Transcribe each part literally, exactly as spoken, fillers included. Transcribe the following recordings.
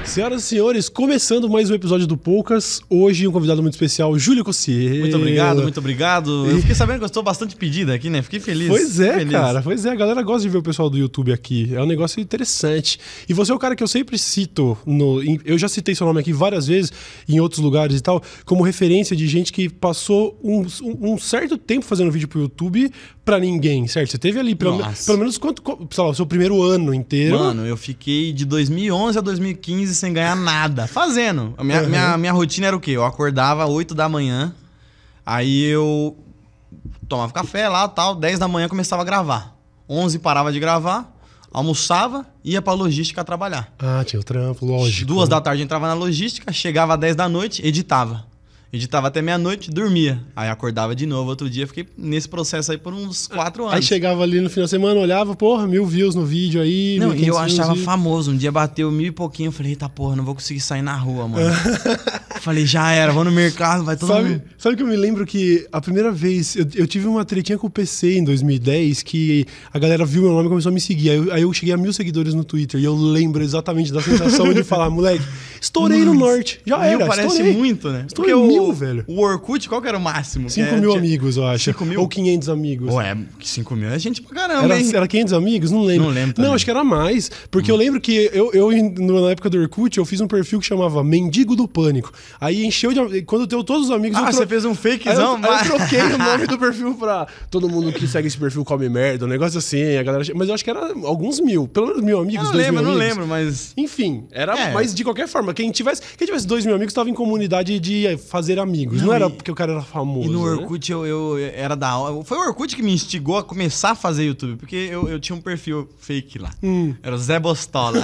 Senhoras e senhores, começando mais um episódio do Poucas. Hoje um convidado muito especial, Júlio Cossielo. Muito obrigado, muito obrigado. Eu fiquei sabendo que eu estou bastante pedida aqui, né? Fiquei feliz. Pois é, feliz. cara. Pois é, a galera gosta de ver o pessoal do YouTube aqui. É um negócio interessante. E você é o cara que eu sempre cito. No, eu já citei seu nome aqui várias vezes, em outros lugares e tal, como referência de gente que passou um, um, um certo tempo fazendo vídeo pro YouTube pra ninguém, certo? Você teve ali, pelo, pelo menos, quanto, sei lá, o seu primeiro ano inteiro. Mano, eu fiquei de dois mil e onze a dois mil e quinze sem ganhar nada, fazendo. A minha, uhum. minha, minha rotina era o quê? Eu acordava às oito da manhã, aí eu tomava café lá e tal, dez da manhã começava a gravar. onze parava de gravar, almoçava, ia pra logística trabalhar. Ah, tinha o trampo, lógico. Duas da tarde entrava na logística, chegava às dez da noite, editava. Editava até meia-noite, dormia. Aí acordava de novo outro dia, fiquei nesse processo aí por uns quatro anos. Aí chegava ali no final de semana, olhava, porra, mil views no vídeo aí. Não, e eu achava famoso. Um dia bateu mil e pouquinho, eu falei, eita porra, não vou conseguir sair na rua, mano. Falei, já era, vou no mercado, vai todo sabe, mundo. Sabe que eu me lembro que a primeira vez, eu, eu tive uma tretinha com o P C em dois mil e dez, que a galera viu meu nome e começou a me seguir. Aí eu, aí eu cheguei a mil seguidores no Twitter, e eu lembro exatamente da sensação de falar, moleque, estourei no norte, já era, mil parece estourei. muito, né? Estourei Porque mil, o, velho. O Orkut, qual que era o máximo? cinco é, mil tinha... amigos, eu acho. cinco mil? Ou quinhentos amigos. Ué, cinco mil é gente pra caramba, era, hein? Era quinhentos amigos? Não lembro. Não lembro também. Não, acho que era mais. Porque hum. eu lembro que eu, eu, na época do Orkut, eu fiz um perfil que chamava Mendigo do Pânico. Aí encheu de... Quando deu todos os amigos... Ah, tro... você fez um fakezão? Aí eu, aí eu troquei o nome do perfil pra... Todo mundo que segue esse perfil come merda, um negócio assim. A galera... Mas eu acho que era alguns mil. Pelo menos mil amigos, eu dois lembro, mil eu não amigos. lembro, mas... Enfim, era... É. Mas de qualquer forma, quem tivesse, quem tivesse dois mil amigos estava em comunidade de fazer amigos. Não, não era e... porque o cara era famoso. E no né? Orkut eu, eu era da hora. Foi o Orkut que me instigou a começar a fazer YouTube, porque eu, eu tinha um perfil fake lá. Hum. Era o Zé Bostola.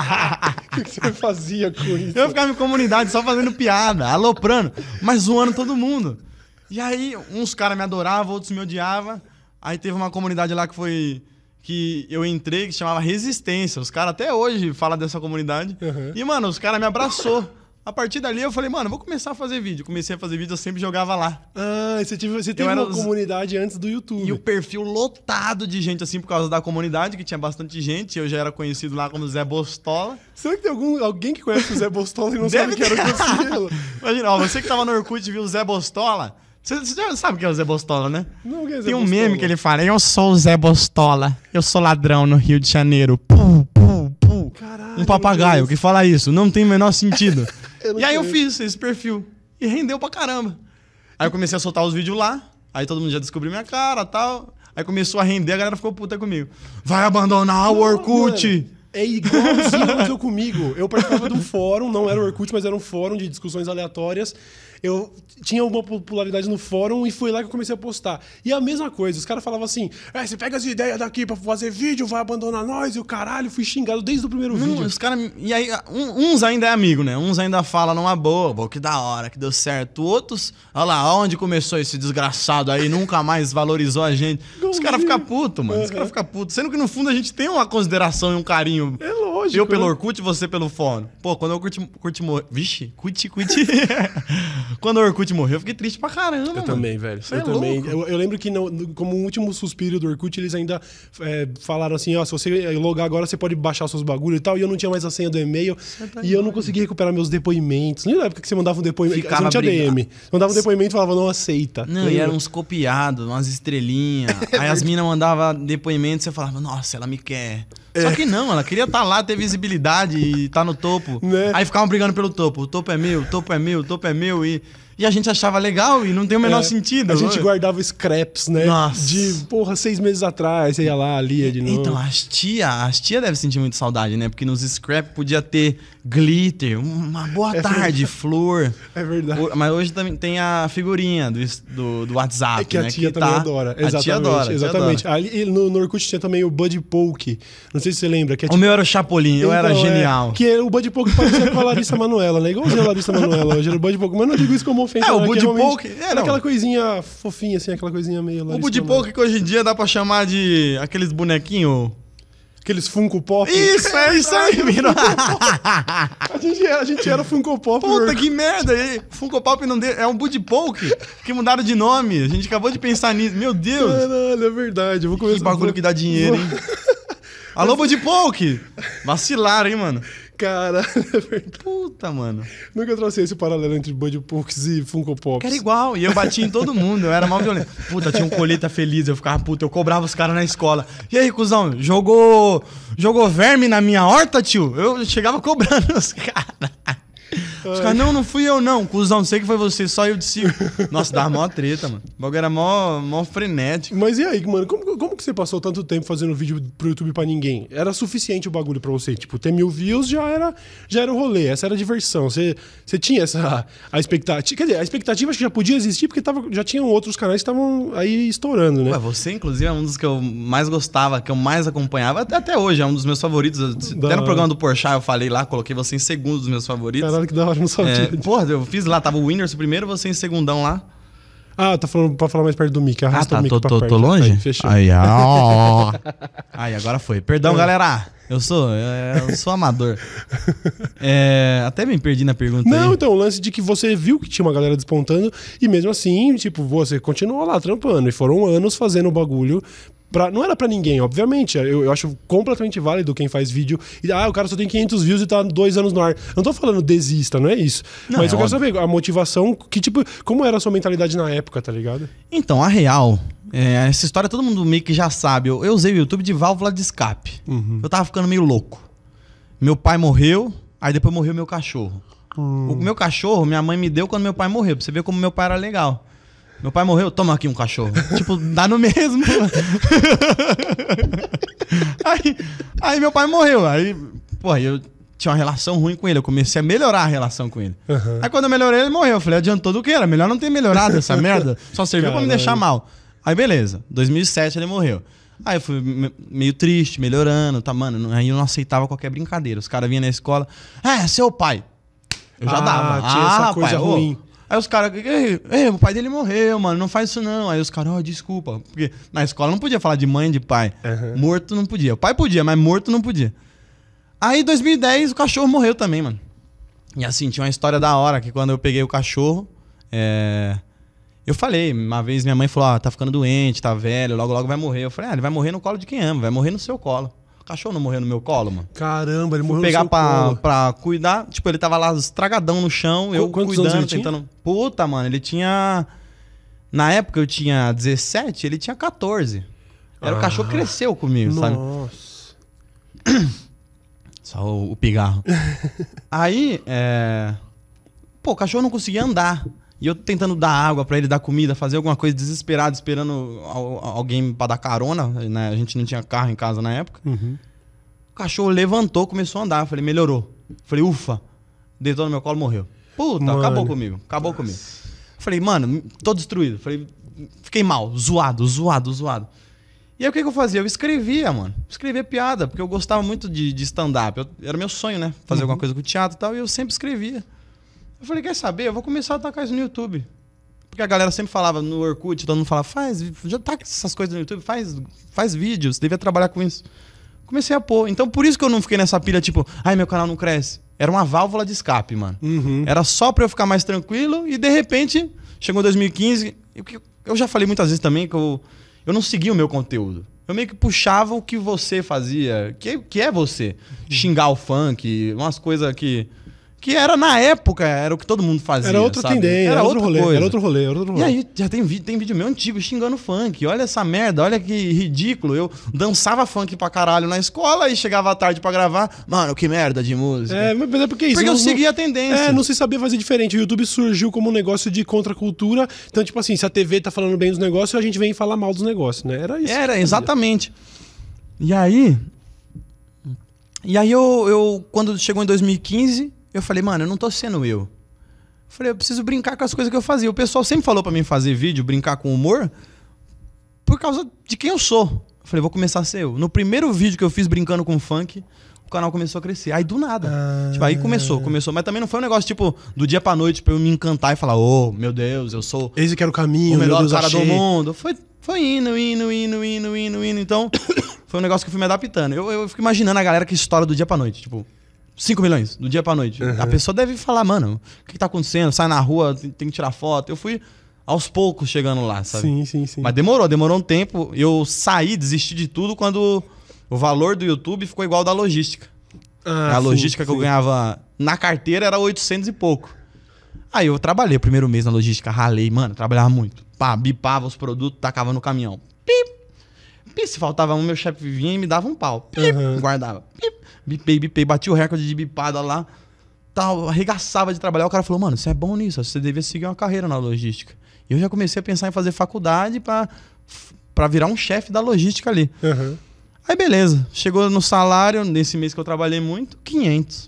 O que você fazia com isso? Eu ficava em comunidade só fazendo piada, aloprando, mas zoando todo mundo. E aí, uns caras me adoravam, outros me odiavam. Aí teve uma comunidade lá que foi... que eu entrei, que chamava Resistência. Os caras até hoje falam dessa comunidade. Uhum. E, mano, os caras me abraçou. A partir dali eu falei, mano, vou começar a fazer vídeo. Comecei a fazer vídeo, eu sempre jogava lá. Ah, você teve, você teve uma os... comunidade antes do YouTube. E o perfil lotado de gente, assim, por causa da comunidade, que tinha bastante gente. Eu já era conhecido lá como Zé Bostola. Será que tem algum, alguém que conhece o Zé Bostola e não Deve sabe que era o Cossielo? Imagina, ó, você que tava no Orkut e viu o Zé Bostola... Você, você já sabe quem é o Zé Bostola, né? Não, quem é Zé Tem um Bostola? meme que ele fala, eu sou o Zé Bostola, eu sou ladrão no Rio de Janeiro. Pum, pum, pum. Caralho, um papagaio que fala isso, não tem o menor sentido. E aí sei. eu fiz esse perfil e rendeu pra caramba. Aí eu comecei a soltar os vídeos lá, aí todo mundo já descobriu minha cara e tal. Aí começou a render, a galera ficou puta comigo. Vai abandonar o Orkut! Mano. É igualzinho aconteceu comigo. Eu participava de um fórum, não era o Orkut, mas era um fórum de discussões aleatórias. Eu tinha uma popularidade no fórum e foi lá que eu comecei a postar. E a mesma coisa, os caras falavam assim, é, você pega as ideias daqui pra fazer vídeo, vai abandonar nós, e o caralho, fui xingado desde o primeiro não, vídeo. Os caras... E aí, um, uns ainda é amigo, né? Uns ainda falam numa boa, pô, que da hora, que deu certo. Outros, olha lá, onde começou esse desgraçado aí, nunca mais valorizou a gente. Os caras ficam putos, mano. Uhum. Os caras ficam putos. Sendo que no fundo a gente tem uma consideração e um carinho. É lógico. Eu pelo né? Orkut e você pelo fórum. Pô, quando o Orkut, Orkut morreu... Vixe, cuti, cuti. Quando o Orkut morreu, eu fiquei triste pra caramba, Eu mano. também, velho. Você eu é também. louco. Eu, eu lembro que no, no, como um último suspiro do Orkut, eles ainda é, falaram assim, ó, se você logar agora, você pode baixar seus bagulhos e tal. E eu não tinha mais a senha do e-mail. Tá e eu não consegui recuperar meus depoimentos. Nem na época que você mandava um depoimento, Ficava você não tinha brigado. D M. Mandava um depoimento e falava, não aceita. Não, Lembra? e eram uns copiados, umas estrelinhas. Aí as minas mandavam depoimento e você falava, nossa, ela me quer. É. Só que não, ela queria estar tá lá, ter visibilidade e estar tá no topo. Né? Aí ficavam brigando pelo topo. O topo é meu, o topo é meu, o topo é meu. E, e a gente achava legal e não tem o menor é, sentido. A gente guardava scraps, né? Nossa. De, porra, seis meses atrás, você ia lá, lia de novo. Então, as tia, as tia devem sentir muito saudade, né? Porque nos scraps podia ter glitter, uma boa é tarde, flor. É verdade. Mas hoje também tem a figurinha do, do, do WhatsApp, é que a né? tia que também tá... adora. A exatamente, tia adora. Exatamente. Tia adora. Ali, no, no Orkut tinha também o Buddy Poke. Não sei se você lembra. Que é, o tipo... meu era o Chapolin, eu então, era genial. É, que o Buddy Poke parecia com a Larissa Manoela, né? Igualzinho a Larissa Manoela. Hoje era o Buddy Poke. Mas não digo isso como ofensa. É, o né? Buddy Poke... É, era aquela coisinha fofinha, assim, aquela coisinha meio Larissa O Buddy Poke que hoje em dia dá pra chamar de aqueles bonequinhos... Aqueles Funko Pop. Isso, é isso aí, mira. a, gente era, a gente era Funko Pop. Puta, que merda. Funko Pop não deu, é um Buddy Poke que mudaram de nome. A gente acabou de pensar nisso. Meu Deus. Caralho, é verdade. Eu vou começar que bagulho vou... que dá dinheiro, hein? Alô, Buddy Poke. Vacilaram, hein, mano. Cara, é verdade. Puta, mano. Nunca trouxe esse paralelo entre Bud Pucks e Funko Pops. Era igual. E eu batia em todo mundo. Eu era mal violento. Puta, tinha um colheita feliz. Eu ficava puta. Eu cobrava os caras na escola. E aí, cuzão, jogou, jogou verme na minha horta, tio? Eu chegava cobrando os caras. Os caras, não, não fui eu não, cuzão, sei que foi você, só eu de si. Nossa, dava mó treta, mano. O bagulho era mó, mó frenético. Mas e aí, mano, como, como que você passou tanto tempo fazendo vídeo pro YouTube pra ninguém? Era suficiente o bagulho pra você? Tipo, ter mil views já era, já era o rolê, essa era a diversão. Você, você tinha essa a expectativa. Quer dizer, a expectativa acho que já podia existir porque tava, já tinham outros canais que estavam aí estourando, né? Ué, você, inclusive, é um dos que eu mais gostava, que eu mais acompanhava. Até, até hoje, é um dos meus favoritos. Até no programa do Porchat eu falei lá, coloquei você em segundo dos meus favoritos. Caralho, que da hora, não sabia. É, porra, eu fiz lá, tava o Winners primeiro, você em segundão lá. Ah, tá falando pra falar mais perto do mic. Arrasta ah, tá, o mic tô, pra tô, perto. tô longe? Aí, fechou. Aí, ó. Aí, agora foi. Perdão, é. galera. Eu sou, eu sou amador. É, até me perdi na pergunta. Não, aí. então, o lance de que você viu que tinha uma galera despontando e mesmo assim, tipo, você continuou lá trampando. E foram anos fazendo o bagulho. Pra, não era pra ninguém, obviamente. Eu, eu acho completamente válido quem faz vídeo. E, ah, o cara só tem quinhentos views e tá dois anos no ar. Eu não tô falando desista, não é isso. Não, Mas é eu óbvio. quero saber a motivação, que tipo, como era a sua mentalidade na época, tá ligado? Então, a real, é, essa história todo mundo meio que já sabe. Eu, eu usei o YouTube de válvula de escape. Uhum. Eu tava ficando meio louco. Meu pai morreu, aí depois morreu meu cachorro. Hum. O meu cachorro, minha mãe me deu quando meu pai morreu. Pra você ver como meu pai era legal. Meu pai morreu, toma aqui um cachorro. Tipo, dá no mesmo. aí, aí meu pai morreu. Aí, pô, eu tinha uma relação ruim com ele. Eu comecei a melhorar a relação com ele. Uhum. Aí quando eu melhorei, ele morreu. Eu falei, adiantou do que? Era melhor não ter melhorado essa merda. Só serviu Caramba. pra me deixar mal. Aí beleza, dois mil e sete ele morreu. Aí eu fui meio triste, melhorando, tá, mano. Aí eu não aceitava qualquer brincadeira. Os caras vinham na escola, ah, é seu pai. Eu já ah, dava. Tinha ah, essa coisa pai, ruim. Ô. Aí os caras, o pai dele morreu, mano, não faz isso não. Aí os caras, oh, desculpa. Porque na escola não podia falar de mãe e de pai. Uhum. Morto não podia. O pai podia, mas morto não podia. Aí em dois mil e dez o cachorro morreu também, mano. E assim, tinha uma história da hora que quando eu peguei o cachorro, é... eu falei, uma vez minha mãe falou, ah, tá ficando doente, tá velho, logo logo vai morrer. Eu falei, ah, ele vai morrer no colo de quem ama, vai morrer no seu colo. O cachorro não morreu no meu colo, mano. Caramba, ele Fui morreu pegar no seu pra, colo. pra cuidar. Tipo, ele tava lá estragadão no chão. Eu Quantos cuidando, anos ele tentando. Tinha? Puta, mano, ele tinha. Na época eu tinha dezessete, ele tinha quatorze. Era ah, o cachorro que cresceu comigo, nossa. sabe? Nossa. Só o, o pigarro. Aí, é. Pô, o cachorro não conseguia andar. E eu tentando dar água pra ele, dar comida, fazer alguma coisa, desesperado, esperando alguém pra dar carona, né? A gente não tinha carro em casa na época. Uhum. O cachorro levantou, começou a andar. Eu falei, melhorou. Eu falei, ufa. Deitou no meu colo, morreu. Puta, mano. acabou comigo. Acabou comigo. Eu falei, mano, tô destruído. Eu falei, fiquei mal, zoado, zoado, zoado. E aí o que, que eu fazia? Eu escrevia, mano. Escrevia piada, porque eu gostava muito de, de stand-up. Era meu sonho, né? Fazer uhum. alguma coisa com teatro e tal. E eu sempre escrevia. Eu falei, quer saber? Eu vou começar a tacar isso no YouTube. Porque a galera sempre falava no Orkut, todo mundo falava, faz, já taca essas coisas no YouTube, faz, faz vídeos, devia trabalhar com isso. Comecei a pôr. Então por isso que eu não fiquei nessa pilha, tipo, ai, meu canal não cresce. Era uma válvula de escape, mano. Uhum. Era só pra eu ficar mais tranquilo e de repente, chegou dois mil e quinze, eu, eu já falei muitas vezes também que eu, eu não seguia o meu conteúdo. Eu meio que puxava o que você fazia, que, que é você. Xingar o funk, umas coisas que... Que era, na época, era o que todo mundo fazia. Era outra sabe? tendência, era, era outro rolê, coisa. Era outro rolê, era outro rolê. E aí, já tem, tem vídeo meu antigo xingando funk. Olha essa merda, olha que ridículo. Eu dançava funk pra caralho na escola e chegava à tarde pra gravar. Mano, que merda de música. É, mas é porque isso. Porque não, eu seguia a tendência. É, não se sabia fazer diferente. O YouTube surgiu como um negócio de contracultura. Então, tipo assim, se a T V tá falando bem dos negócios, a gente vem falar mal dos negócios, né? Era isso. Era, exatamente. E aí... E aí, eu, eu quando chegou em dois mil e quinze... Eu falei, mano, eu não tô sendo eu. Eu falei, eu preciso brincar com as coisas que eu fazia. O pessoal sempre falou pra mim fazer vídeo, brincar com humor, por causa de quem eu sou. Eu falei, vou começar a ser eu. No primeiro vídeo que eu fiz brincando com funk, o canal começou a crescer. Aí do nada. Ah. Tipo, aí começou, começou. Mas também não foi um negócio, tipo, do dia pra noite pra eu me encantar e falar, oh, meu Deus, eu sou... Esse que era o caminho, o melhor meu Deus, cara achei. do mundo. Foi, foi indo, indo, indo, indo, indo, indo. Então, foi um negócio que eu fui me adaptando. Eu, eu fico imaginando a galera que estoura do dia pra noite, tipo... cinco milhões, do dia pra noite. Uhum. A pessoa deve falar, mano, o que, que tá acontecendo? Sai na rua, tem, tem que tirar foto. Eu fui aos poucos chegando lá, sabe? Sim, sim, sim. Mas demorou, demorou um tempo. Eu saí, desisti de tudo quando o valor do YouTube ficou igual ao da logística. Ah, a logística sim, que sim. eu ganhava na carteira era oitocentos e pouco. Aí eu trabalhei o primeiro mês na logística, ralei, mano, trabalhava muito. Pá, bipava os produtos, tacava no caminhão. Pip! Pip! Se faltava um, meu chefe vinha e me dava um pau. Pip! Uhum. Guardava. Pip! Bipei, bipei, bati o recorde de bipada lá. Tal, arregaçava de trabalhar. O cara falou, mano, você é bom nisso, você devia seguir uma carreira na logística. E eu já comecei a pensar em fazer faculdade pra, pra virar um chefe da logística ali. Uhum. Aí beleza, chegou no salário, nesse mês que eu trabalhei muito, quinhentos.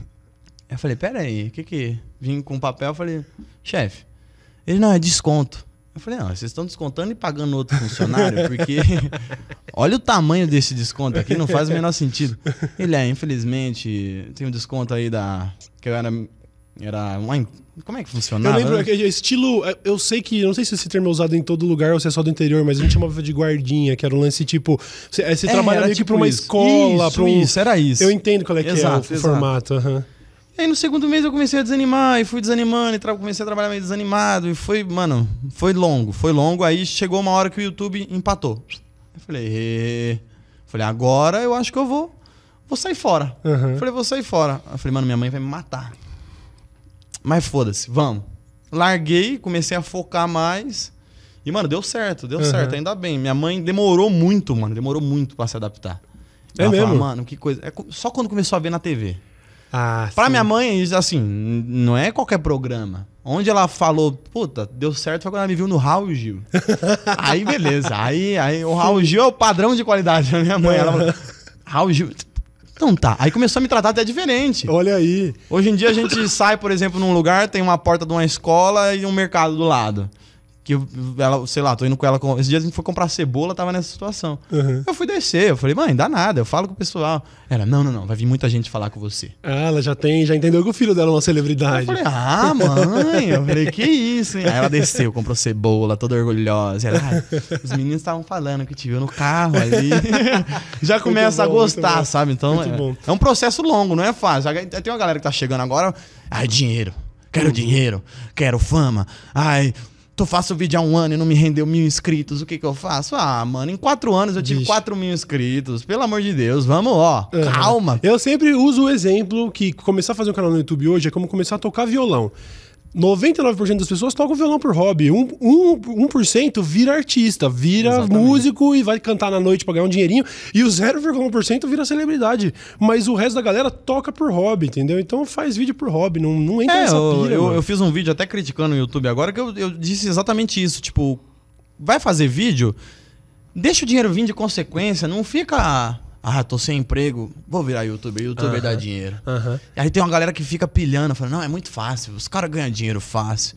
Eu falei, pera aí, o que que... Vim com papel, falei, chefe, ele não, é desconto. Eu falei, não, vocês estão descontando e pagando outro funcionário, porque olha o tamanho desse desconto aqui, não faz o menor sentido. Ele é, infelizmente, tem um desconto aí da... que eu era... Era uma... Como é que funcionava? Eu lembro, que estilo... Eu sei que... Não sei se esse termo é usado em todo lugar ou se é só do interior, mas a gente chamava de guardinha, que era um lance tipo... Você, você é, trabalha meio tipo que pra uma isso. escola, isso, pra um... Isso, era isso. Eu entendo qual é que exato, é o exato. formato. Uhum. E aí no segundo mês eu comecei a desanimar, e fui desanimando, e comecei a trabalhar meio desanimado, e foi, mano, foi longo, foi longo. Aí chegou uma hora que o YouTube empatou. Eu falei, e... falei, agora eu acho que eu vou, vou sair fora. Uhum. Eu falei, vou sair fora. Eu falei, mano, minha mãe vai me matar. Mas foda-se, vamos. Larguei, comecei a focar mais. E, mano, deu certo, deu uhum. certo, ainda bem. Minha mãe demorou muito, mano, demorou muito pra se adaptar. É Ela mesmo? Fala, mano, que coisa. É só quando começou a ver na T V. Ah, pra sim. minha mãe, assim, não é qualquer programa. Onde ela falou, puta, deu certo, foi quando ela me viu no Raul Gil. Aí, beleza. Aí, aí o Raul Gil é o padrão de qualidade da minha mãe. Ela falou, Raul Gil... Então tá. Aí começou a me tratar até diferente. Olha aí. Hoje em dia a gente sai, por exemplo, num lugar, tem uma porta de uma escola e um mercado do lado. Que eu, ela, sei lá, tô indo com ela... Esse dia a gente foi comprar cebola, tava nessa situação. Uhum. Eu fui descer, eu falei, mãe, dá nada, eu falo com o pessoal. Ela, não, não, não, vai vir muita gente falar com você. Ah, ela já tem, já entendeu que o filho dela é uma celebridade. Eu falei, ah, mãe, eu falei, que isso, hein? Aí ela desceu, comprou cebola, toda orgulhosa. Ela, ah, os meninos estavam falando que te viu no carro ali. Já começa bom, a gostar, sabe? Então, é, é um processo longo, não é fácil. Tem uma galera que tá chegando agora, ai, dinheiro, quero uhum. dinheiro, quero fama, ai... Tu faço vídeo há um ano e não me rendeu mil inscritos, o que que eu faço? Ah, mano, em quatro anos eu tive quatro mil inscritos. Pelo amor de Deus, vamos, ó, uhum. calma. Eu sempre uso o exemplo que começar a fazer um canal no YouTube hoje é como começar a tocar violão. noventa e nove por cento das pessoas tocam violão por hobby. um por cento um, um por cento vira artista, vira Exatamente. músico e vai cantar na noite pra ganhar um dinheirinho. E o zero vírgula um por cento vira celebridade. Mas o resto da galera toca por hobby, entendeu? Então faz vídeo por hobby, não, não entra é, nessa eu, pira. Eu, eu fiz um vídeo até criticando o YouTube agora que eu, eu disse exatamente isso. Tipo, vai fazer vídeo, deixa o dinheiro vir de consequência, não fica... Ah, tô sem emprego, vou virar youtuber, youtuber uh-huh. dá dinheiro. Uh-huh. E aí tem uma galera que fica pilhando, falando, não, é muito fácil, os caras ganham dinheiro fácil.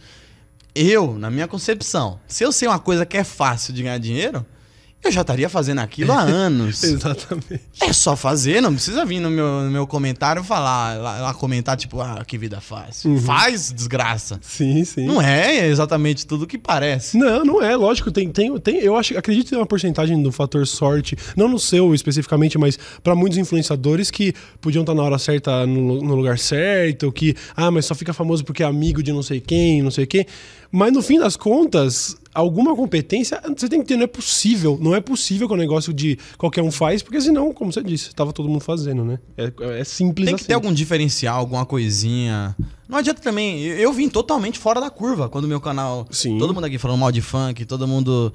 Eu, na minha concepção, se eu sei uma coisa que é fácil de ganhar dinheiro, eu já estaria fazendo aquilo há anos. Exatamente. É só fazer, não precisa vir no meu, no meu comentário falar, lá, lá comentar, tipo, ah, que vida fácil. Uhum. Faz, desgraça. Sim, sim. Não é exatamente tudo o que parece. Não, não é, lógico. Tem, tem, tem, eu acho, acredito que tem uma porcentagem do fator sorte, não no seu especificamente, mas para muitos influenciadores que podiam estar na hora certa, no, no lugar certo, que, ah, mas só fica famoso porque é amigo de não sei quem, não sei quem. Mas no fim das contas, alguma competência você tem que ter, não é possível. Não é possível que o negócio de qualquer um faz, porque senão, como você disse, tava todo mundo fazendo, né? É, é simples Tem que assim. ter algum diferencial, alguma coisinha. Não adianta também. Eu, eu vim totalmente fora da curva quando o meu canal. Sim. Todo mundo aqui falando mal de funk, todo mundo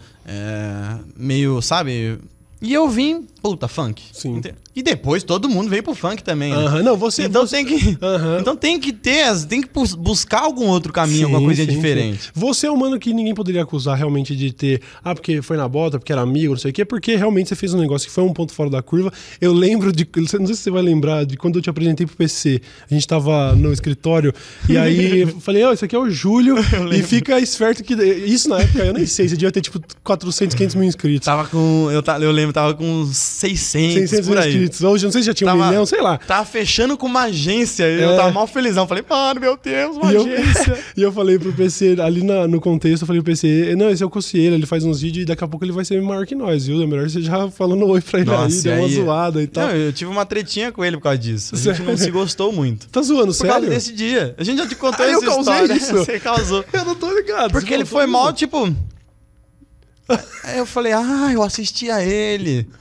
é, meio, sabe? E eu vim, puta, funk. Sim. E depois todo mundo veio pro funk também. Né? Uh-huh. Não, você, então, você... Tem que, uh-huh. então tem que ter, tem que buscar algum outro caminho, sim, alguma coisinha sim, diferente. Sim. Você é um mano que ninguém poderia acusar realmente de ter, ah, porque foi na bota, porque era amigo, não sei o quê, porque realmente você fez um negócio que foi um ponto fora da curva. Eu lembro de, não sei se você vai lembrar, de quando eu te apresentei pro P C. A gente tava no escritório e aí eu falei, ó, oh, isso aqui é o Júlio e fica esperto que... Isso na época, eu nem sei, você devia ter tipo quatrocentos, quinhentos mil inscritos. Tava com, eu, eu lembro, tava com uns seiscentos, seiscentos por aí. Inscritos. Hoje, não sei se já tinha tava, um milhão, sei lá. Tava fechando com uma agência e é. eu tava mal felizão. Falei, mano, meu Deus, uma e agência. Eu, e eu falei pro P C, ali na, no contexto, eu falei pro P C, não, esse é o Cocieira, ele faz uns vídeos e daqui a pouco ele vai ser maior que nós, viu? É melhor você já falando oi pra ele. Nossa, aí, deu uma aí... zoada e tal. Não, eu tive uma tretinha com ele por causa disso. A gente não se gostou muito. Tá zoando, por sério? Por causa desse dia. A gente já te contou ah, essa eu história. Isso. Você causou. Eu não tô ligado. Porque ele foi mal, tipo... Aí eu falei, ah, eu assisti a ele...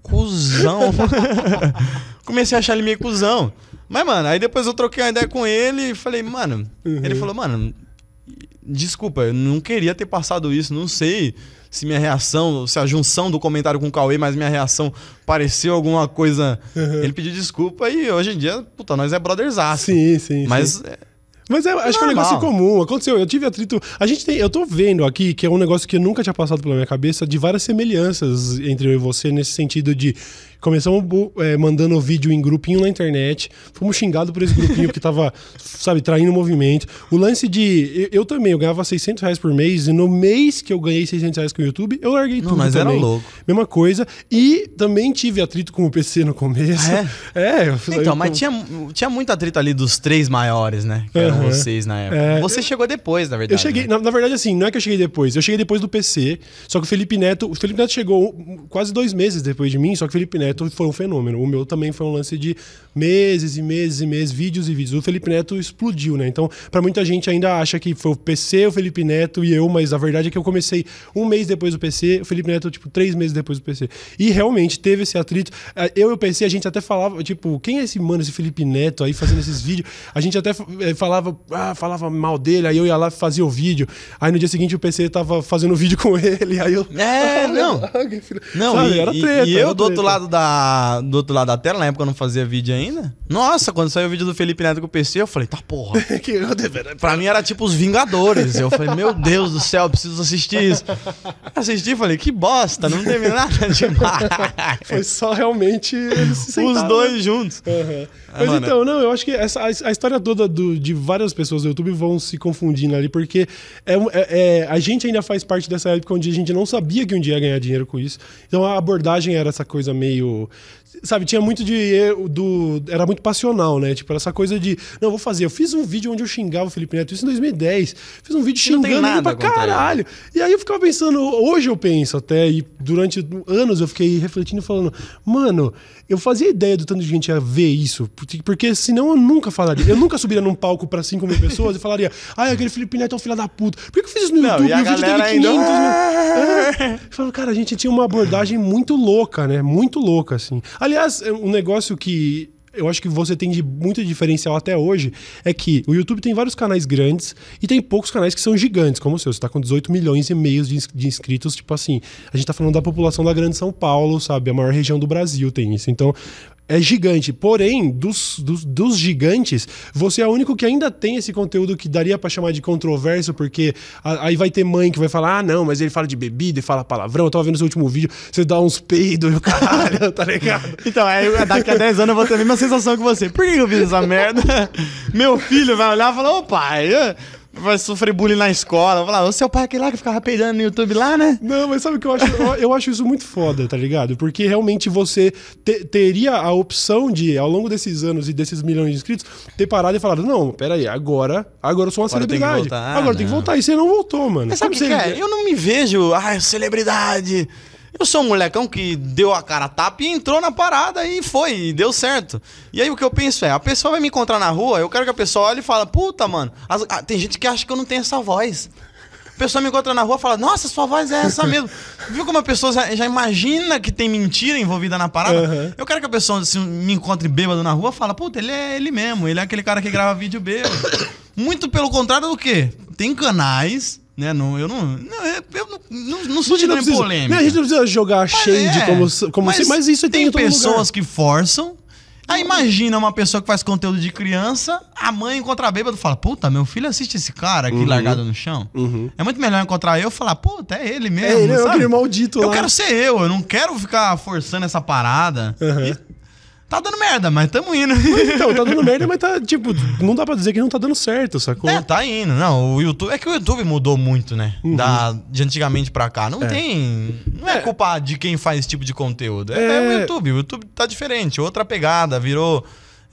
cuzão. Comecei a achar ele meio cuzão. Mas, mano, aí depois eu troquei uma ideia com ele e falei, mano... Uhum. Ele falou, mano, desculpa, eu não queria ter passado isso, não sei se minha reação, se a junção do comentário com o Cauê, mas minha reação pareceu alguma coisa... Uhum. Ele pediu desculpa e hoje em dia, puta, nós é brotherzaço. Sim, sim, mas, sim. Mas é, acho que é um negócio comum. Aconteceu, eu tive atrito. A gente tem, eu tô vendo aqui que é um negócio que nunca tinha passado pela minha cabeça, de várias semelhanças entre eu e você, nesse sentido de. Começamos é, mandando vídeo em grupinho na internet, fomos xingados por esse grupinho que tava, sabe, traindo o movimento. O lance de... Eu, eu também, eu ganhava seiscentos reais por mês, e no mês que eu ganhei seiscentos reais com o YouTube, eu larguei Não, tudo mas também. era louco. Mesma coisa. E também tive atrito com o P C no começo. Ah, é? É. Eu, então, eu, mas eu, tinha, tinha muito atrito ali dos três maiores, né? Que eram uhum. vocês na época. É, você chegou depois, na verdade. Eu cheguei, né? na, na verdade, assim, não é que eu cheguei depois. Eu cheguei depois do P C, só que o Felipe Neto... O Felipe Neto chegou quase dois meses depois de mim, só que o Felipe Neto foi um fenômeno. O meu também foi um lance de meses e meses e meses, vídeos e vídeos. O Felipe Neto explodiu, né? Então, pra muita gente ainda acha que foi o P C, o Felipe Neto e eu, mas a verdade é que eu comecei um mês depois do P C, o Felipe Neto, tipo, três meses depois do P C. E realmente teve esse atrito. Eu e o P C, a gente até falava, tipo, quem é esse mano, esse Felipe Neto aí fazendo esses vídeos? A gente até falava, ah, falava mal dele, aí eu ia lá fazia o vídeo. Aí no dia seguinte o P C tava fazendo vídeo com ele, aí eu... É, não. Não, sabe, e, era treta, e eu era do outro, treta. lado da, do outro lado da tela, na época eu não fazia vídeo ainda. Nossa, quando saiu o vídeo do Felipe Neto com o P C, eu falei, tá porra. que... Pra mim era tipo os Vingadores. Eu falei, meu Deus do céu, eu preciso assistir isso. Assisti e falei, que bosta, não teve nada demais. Foi só realmente eles se sentaram. Os dois juntos. Uhum. Ah, Mas mano. então, não, eu acho que essa, a, a história toda do, de várias pessoas do YouTube vão se confundindo ali, porque é, é, é, a gente ainda faz parte dessa época onde a gente não sabia que um dia ia ganhar dinheiro com isso. Então a abordagem era essa coisa meio... Sabe, tinha muito de... Do, era muito passional, né? Tipo, era essa coisa de... Não, vou fazer. Eu fiz um vídeo onde eu xingava o Felipe Neto, isso em dois mil e dez. Fiz um vídeo Não tem xingando ele nada pra contra caralho. ele. E aí eu ficava pensando... Hoje eu penso até, e durante anos eu fiquei refletindo e falando... Mano, eu fazia ideia do tanto de gente ia ver isso. Porque, porque senão eu nunca falaria. Eu nunca subiria num palco pra cinco mil pessoas e falaria... Ai, aquele Felipe Neto é um filho da puta. Por que eu fiz isso no Não, YouTube? e a O vídeo teve galera quinhentos ainda- mil. É. Falando, cara, a gente tinha uma abordagem muito louca, né? Muito louca, assim. Aliás, um negócio que... eu acho que você tem de muito diferencial até hoje é que o YouTube tem vários canais grandes e tem poucos canais que são gigantes, como o seu. Você tá com dezoito milhões e meio de, ins- de inscritos, tipo assim, a gente tá falando da população da Grande São Paulo, sabe? A maior região do Brasil tem isso. Então, é gigante. Porém, dos, dos, dos gigantes, você é o único que ainda tem esse conteúdo que daria pra chamar de controverso, porque a- aí vai ter mãe que vai falar, ah, não, mas ele fala de bebida e fala palavrão. Eu tava vendo seu último vídeo, você dá uns peidos e o caralho, tá ligado? Então, aí daqui a dez anos eu vou ter a mesma sensação que você. Por que eu fiz essa merda? Meu filho vai olhar e falar, ô pai, vai sofrer bullying na escola. Vai falar, ô seu pai aquele lá que ficava peidando no YouTube lá, né? Não, mas sabe o que eu acho? Eu, eu acho isso muito foda, tá ligado? Porque realmente você te- teria a opção de, ao longo desses anos e desses milhões de inscritos, ter parado e falado, não, peraí, agora, agora eu sou uma Agora tem que celebridade. voltar. Ah, agora tem que não. voltar. E você não voltou, mano. Mas sabe o Como que, que você- é? Eu não me vejo, ai, celebridade. Eu sou um molecão que deu a cara a tapa e entrou na parada e foi, e deu certo. E aí o que eu penso é, a pessoa vai me encontrar na rua, eu quero que a pessoa olhe e fale, puta, mano, as- ah, tem gente que acha que eu não tenho essa voz. A pessoa me encontra na rua e fala, nossa, sua voz é essa mesmo. Viu como a pessoa já, já imagina que tem mentira envolvida na parada? Uhum. Eu quero que a pessoa, se me encontre bêbado na rua, fala, puta, ele é ele mesmo, ele é aquele cara que grava vídeo bêbado. Muito pelo contrário do quê? Tem canais... Né? Não, eu não, não, eu eu não, não, não sou A gente de não nem precisa, polêmica. né, a gente não precisa jogar shade É, como, como mas, mas, mas isso tem, tem em todo pessoas lugar. que forçam. Aí imagina uma pessoa que faz conteúdo de criança, a mãe encontra bêbado e fala, puta, meu filho assiste esse cara aqui Uhum. largado no chão. Uhum. É muito melhor encontrar eu e falar, puta, é ele mesmo. É, ele é sabe? aquele maldito Eu lá. quero ser eu, eu não quero ficar forçando essa parada. Uhum. E tá dando merda, mas tamo indo. Então, tá dando merda, mas tá, tipo, não dá pra dizer que não tá dando certo, sacou? É, tá indo. Não, o YouTube. É que o YouTube mudou muito, né? Uhum. Da, de antigamente pra cá. Não É. tem. Não é, É. culpa de quem faz esse tipo de conteúdo. É, É. é o YouTube. O YouTube tá diferente. Outra pegada. Virou.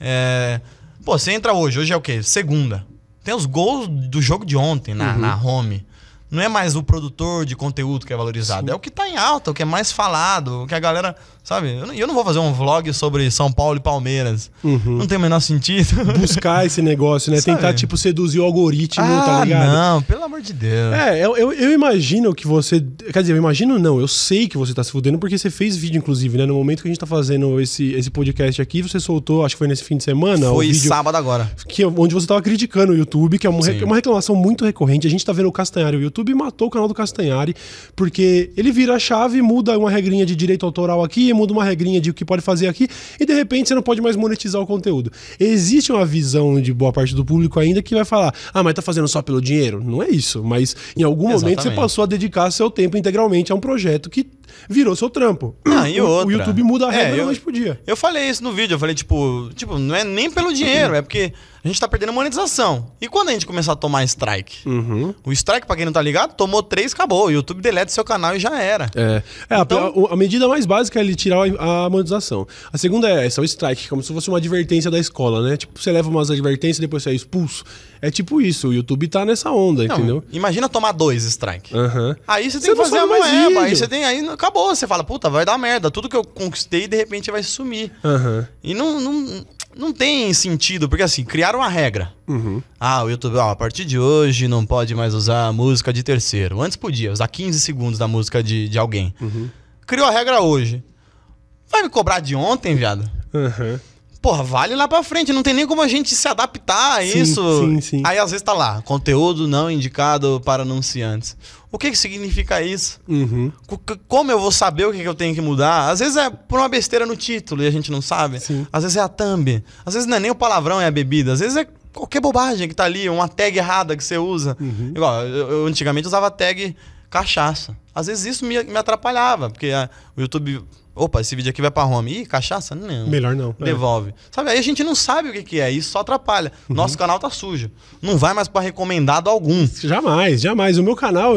é, Pô, você entra hoje. Hoje é o quê? Segunda. Tem os gols do jogo de ontem na, Uhum. na home. Não é mais o produtor de conteúdo que é valorizado. Sim. É o que tá em alta, o que é mais falado, o que a galera Sabe? Eu não, eu não vou fazer um vlog sobre São Paulo e Palmeiras. Uhum. Não tem o menor sentido. Buscar esse negócio, né? Sabe? Tentar, tipo, seduzir o algoritmo, ah, tá ligado? Não, pelo amor de Deus. É, eu, eu, eu imagino que você... Quer dizer, eu imagino não, eu sei que você tá se fudendo porque você fez vídeo, inclusive, né? No momento que a gente tá fazendo esse, esse podcast aqui, você soltou, acho que foi nesse fim de semana... Foi o vídeo sábado agora. Que, onde você tava criticando o YouTube, que é uma, uma reclamação muito recorrente. A gente tá vendo o Castanhari. O YouTube matou o canal do Castanhari porque ele vira a chave, muda uma regrinha de direito autoral aqui, muda uma regrinha de o que pode fazer aqui e de repente você não pode mais monetizar o conteúdo. Existe uma visão de boa parte do público ainda que vai falar, ah, mas tá fazendo só pelo dinheiro? Não é isso, mas em algum Exatamente. momento você passou a dedicar seu tempo integralmente a um projeto que virou seu trampo. Ah, e o, outra. o YouTube muda a regra é, eu, noite pro dia. Eu falei isso no vídeo, eu falei, tipo, tipo, não é nem pelo dinheiro, é porque a gente tá perdendo monetização. E quando a gente começar a tomar strike? Uhum. O strike, pra quem não tá ligado, tomou três, acabou. O YouTube deleta seu canal e já era. É, é então... a, a medida mais básica é ele tirar a, a monetização. A segunda é essa, o strike, como se fosse uma advertência da escola, né? Tipo, você leva umas advertências e depois você é expulso. É tipo isso, o YouTube tá nessa onda, não, entendeu? Imagina tomar dois strike. Uhum. Aí você tem você que fazer a moeba, aí você tem, aí acabou, você fala, puta, vai dar merda. Tudo que eu conquistei, de repente, vai sumir. Uhum. E não, não, não tem sentido, porque assim, criaram uma regra. Uhum. Ah, o YouTube, ó, a partir de hoje não pode mais usar música de terceiro. Antes podia, usar quinze segundos da música de, de alguém. Uhum. Criou a regra hoje. Vai me cobrar de ontem, viado? Uhum. Porra, vale lá pra frente, não tem nem como a gente se adaptar a sim, isso. Sim, sim. Aí às vezes tá lá, conteúdo não indicado para anunciantes. O que que significa isso? Uhum. Como eu vou saber o que que eu tenho que mudar? Às vezes é por uma besteira no título e a gente não sabe. Sim. Às vezes é a thumb. Às vezes não é nem o palavrão, é a bebida. Às vezes é qualquer bobagem que tá ali, uma tag errada que você usa. Uhum. Igual, eu, eu antigamente usava tag cachaça. Às vezes isso me, me atrapalhava, porque a, o YouTube... Opa, esse vídeo aqui vai pra home. Ih, cachaça? Não. Melhor não. Devolve. É. Sabe, aí a gente não sabe o que que é. Isso só atrapalha. Uhum. Nosso canal tá sujo. Não vai mais pra recomendado algum. Jamais, jamais. O meu canal,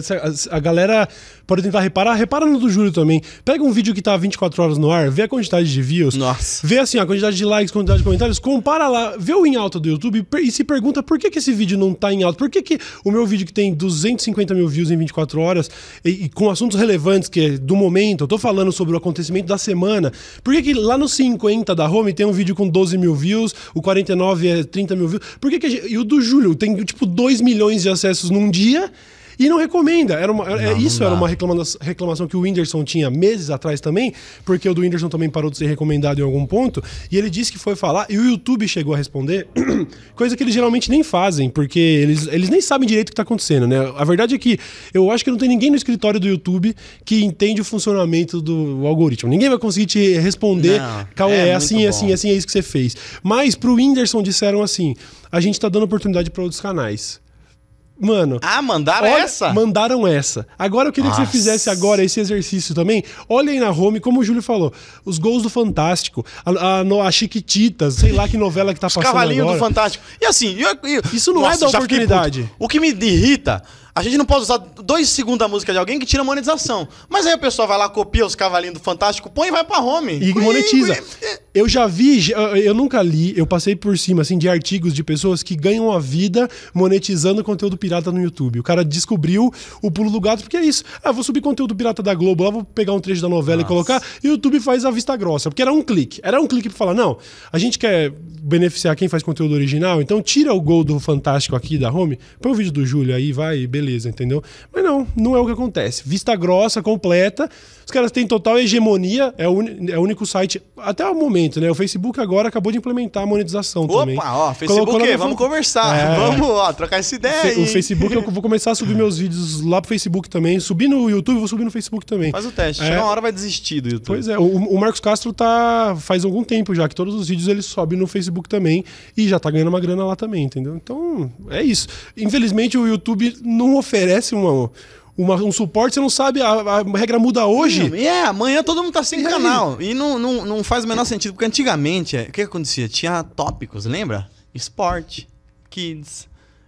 a galera pode tentar reparar. Repara no do Júlio também. Pega um vídeo que tá vinte e quatro horas no ar, vê a quantidade de views. Nossa. Vê assim, a quantidade de likes, quantidade de comentários. Compara lá, vê o em alta do YouTube e se pergunta por que que esse vídeo não tá em alta. Por que que o meu vídeo que tem duzentos e cinquenta mil views em vinte e quatro horas e, e com assuntos relevantes que é do momento, eu tô falando sobre o acontecimento da semana. Por que que lá no cinquenta da Home tem um vídeo com doze mil views, o quarenta e nove é trinta mil views? Por que que a gente, e o do Júlio tem tipo dois milhões de acessos num dia e não recomenda? Era uma, não, isso não era uma reclamação, reclamação que o Whindersson tinha meses atrás também, porque o do Whindersson também parou de ser recomendado em algum ponto, e ele disse que foi falar, e o YouTube chegou a responder, coisa que eles geralmente nem fazem, porque eles, eles nem sabem direito o que está acontecendo, né? A verdade é que eu acho que não tem ninguém no escritório do YouTube que entende o funcionamento do algoritmo. Ninguém vai conseguir te responder, Cauê, é, é assim, é assim, é assim, é isso que você fez. Mas pro Whindersson disseram assim, a gente tá dando oportunidade para outros canais. Mano... Ah, mandaram olha, essa? Mandaram essa. Agora eu queria Nossa. que você fizesse agora esse exercício também. Olha aí na home, como o Júlio falou, os gols do Fantástico, a, a, a Chiquititas, sei lá que novela que tá os passando Cavalinho agora. do Fantástico. E assim... Eu, eu, Isso não nossa, é da oportunidade. O que me irrita... A gente não pode usar dois segundos da música de alguém que tira monetização. Mas aí a pessoa vai lá, copia os cavalinhos do Fantástico, põe e vai pra home. E monetiza. Eu já vi, eu nunca li, eu passei por cima assim, de artigos de pessoas que ganham a vida monetizando conteúdo pirata no YouTube. O cara descobriu o pulo do gato, porque é isso. Ah, vou subir conteúdo pirata da Globo, lá vou pegar um trecho da novela Nossa. e colocar, e o YouTube faz a vista grossa. Porque era um clique. Era um clique pra falar, não, a gente quer beneficiar quem faz conteúdo original, então tira o gol do Fantástico aqui da home, põe o vídeo do Júlio aí, vai, beleza, entendeu? Mas não, não é o que acontece. Vista grossa, completa, os caras têm total hegemonia, é o, é o único site, até o momento, né? O Facebook agora acabou de implementar a monetização Opa, também. Opa, ó, Facebook, vamos vamos conversar, é, vamos ó, trocar essa ideia aí. O Facebook, eu vou começar a subir meus vídeos lá pro Facebook também, subir no YouTube, vou subir no Facebook também. Faz o teste, é, chega uma hora vai desistir do YouTube. Pois é, o, o Marcos Castro tá faz algum tempo já, que todos os vídeos ele sobe no Facebook também, e já tá ganhando uma grana lá também, entendeu? Então, é isso. Infelizmente, o YouTube não oferece uma, uma, um suporte, você não sabe, a, a regra muda hoje. É, yeah, amanhã todo mundo tá sem e canal. Aí? E não, não, não faz o menor sentido, porque antigamente, o que acontecia? Tinha tópicos, lembra? Esporte, kids,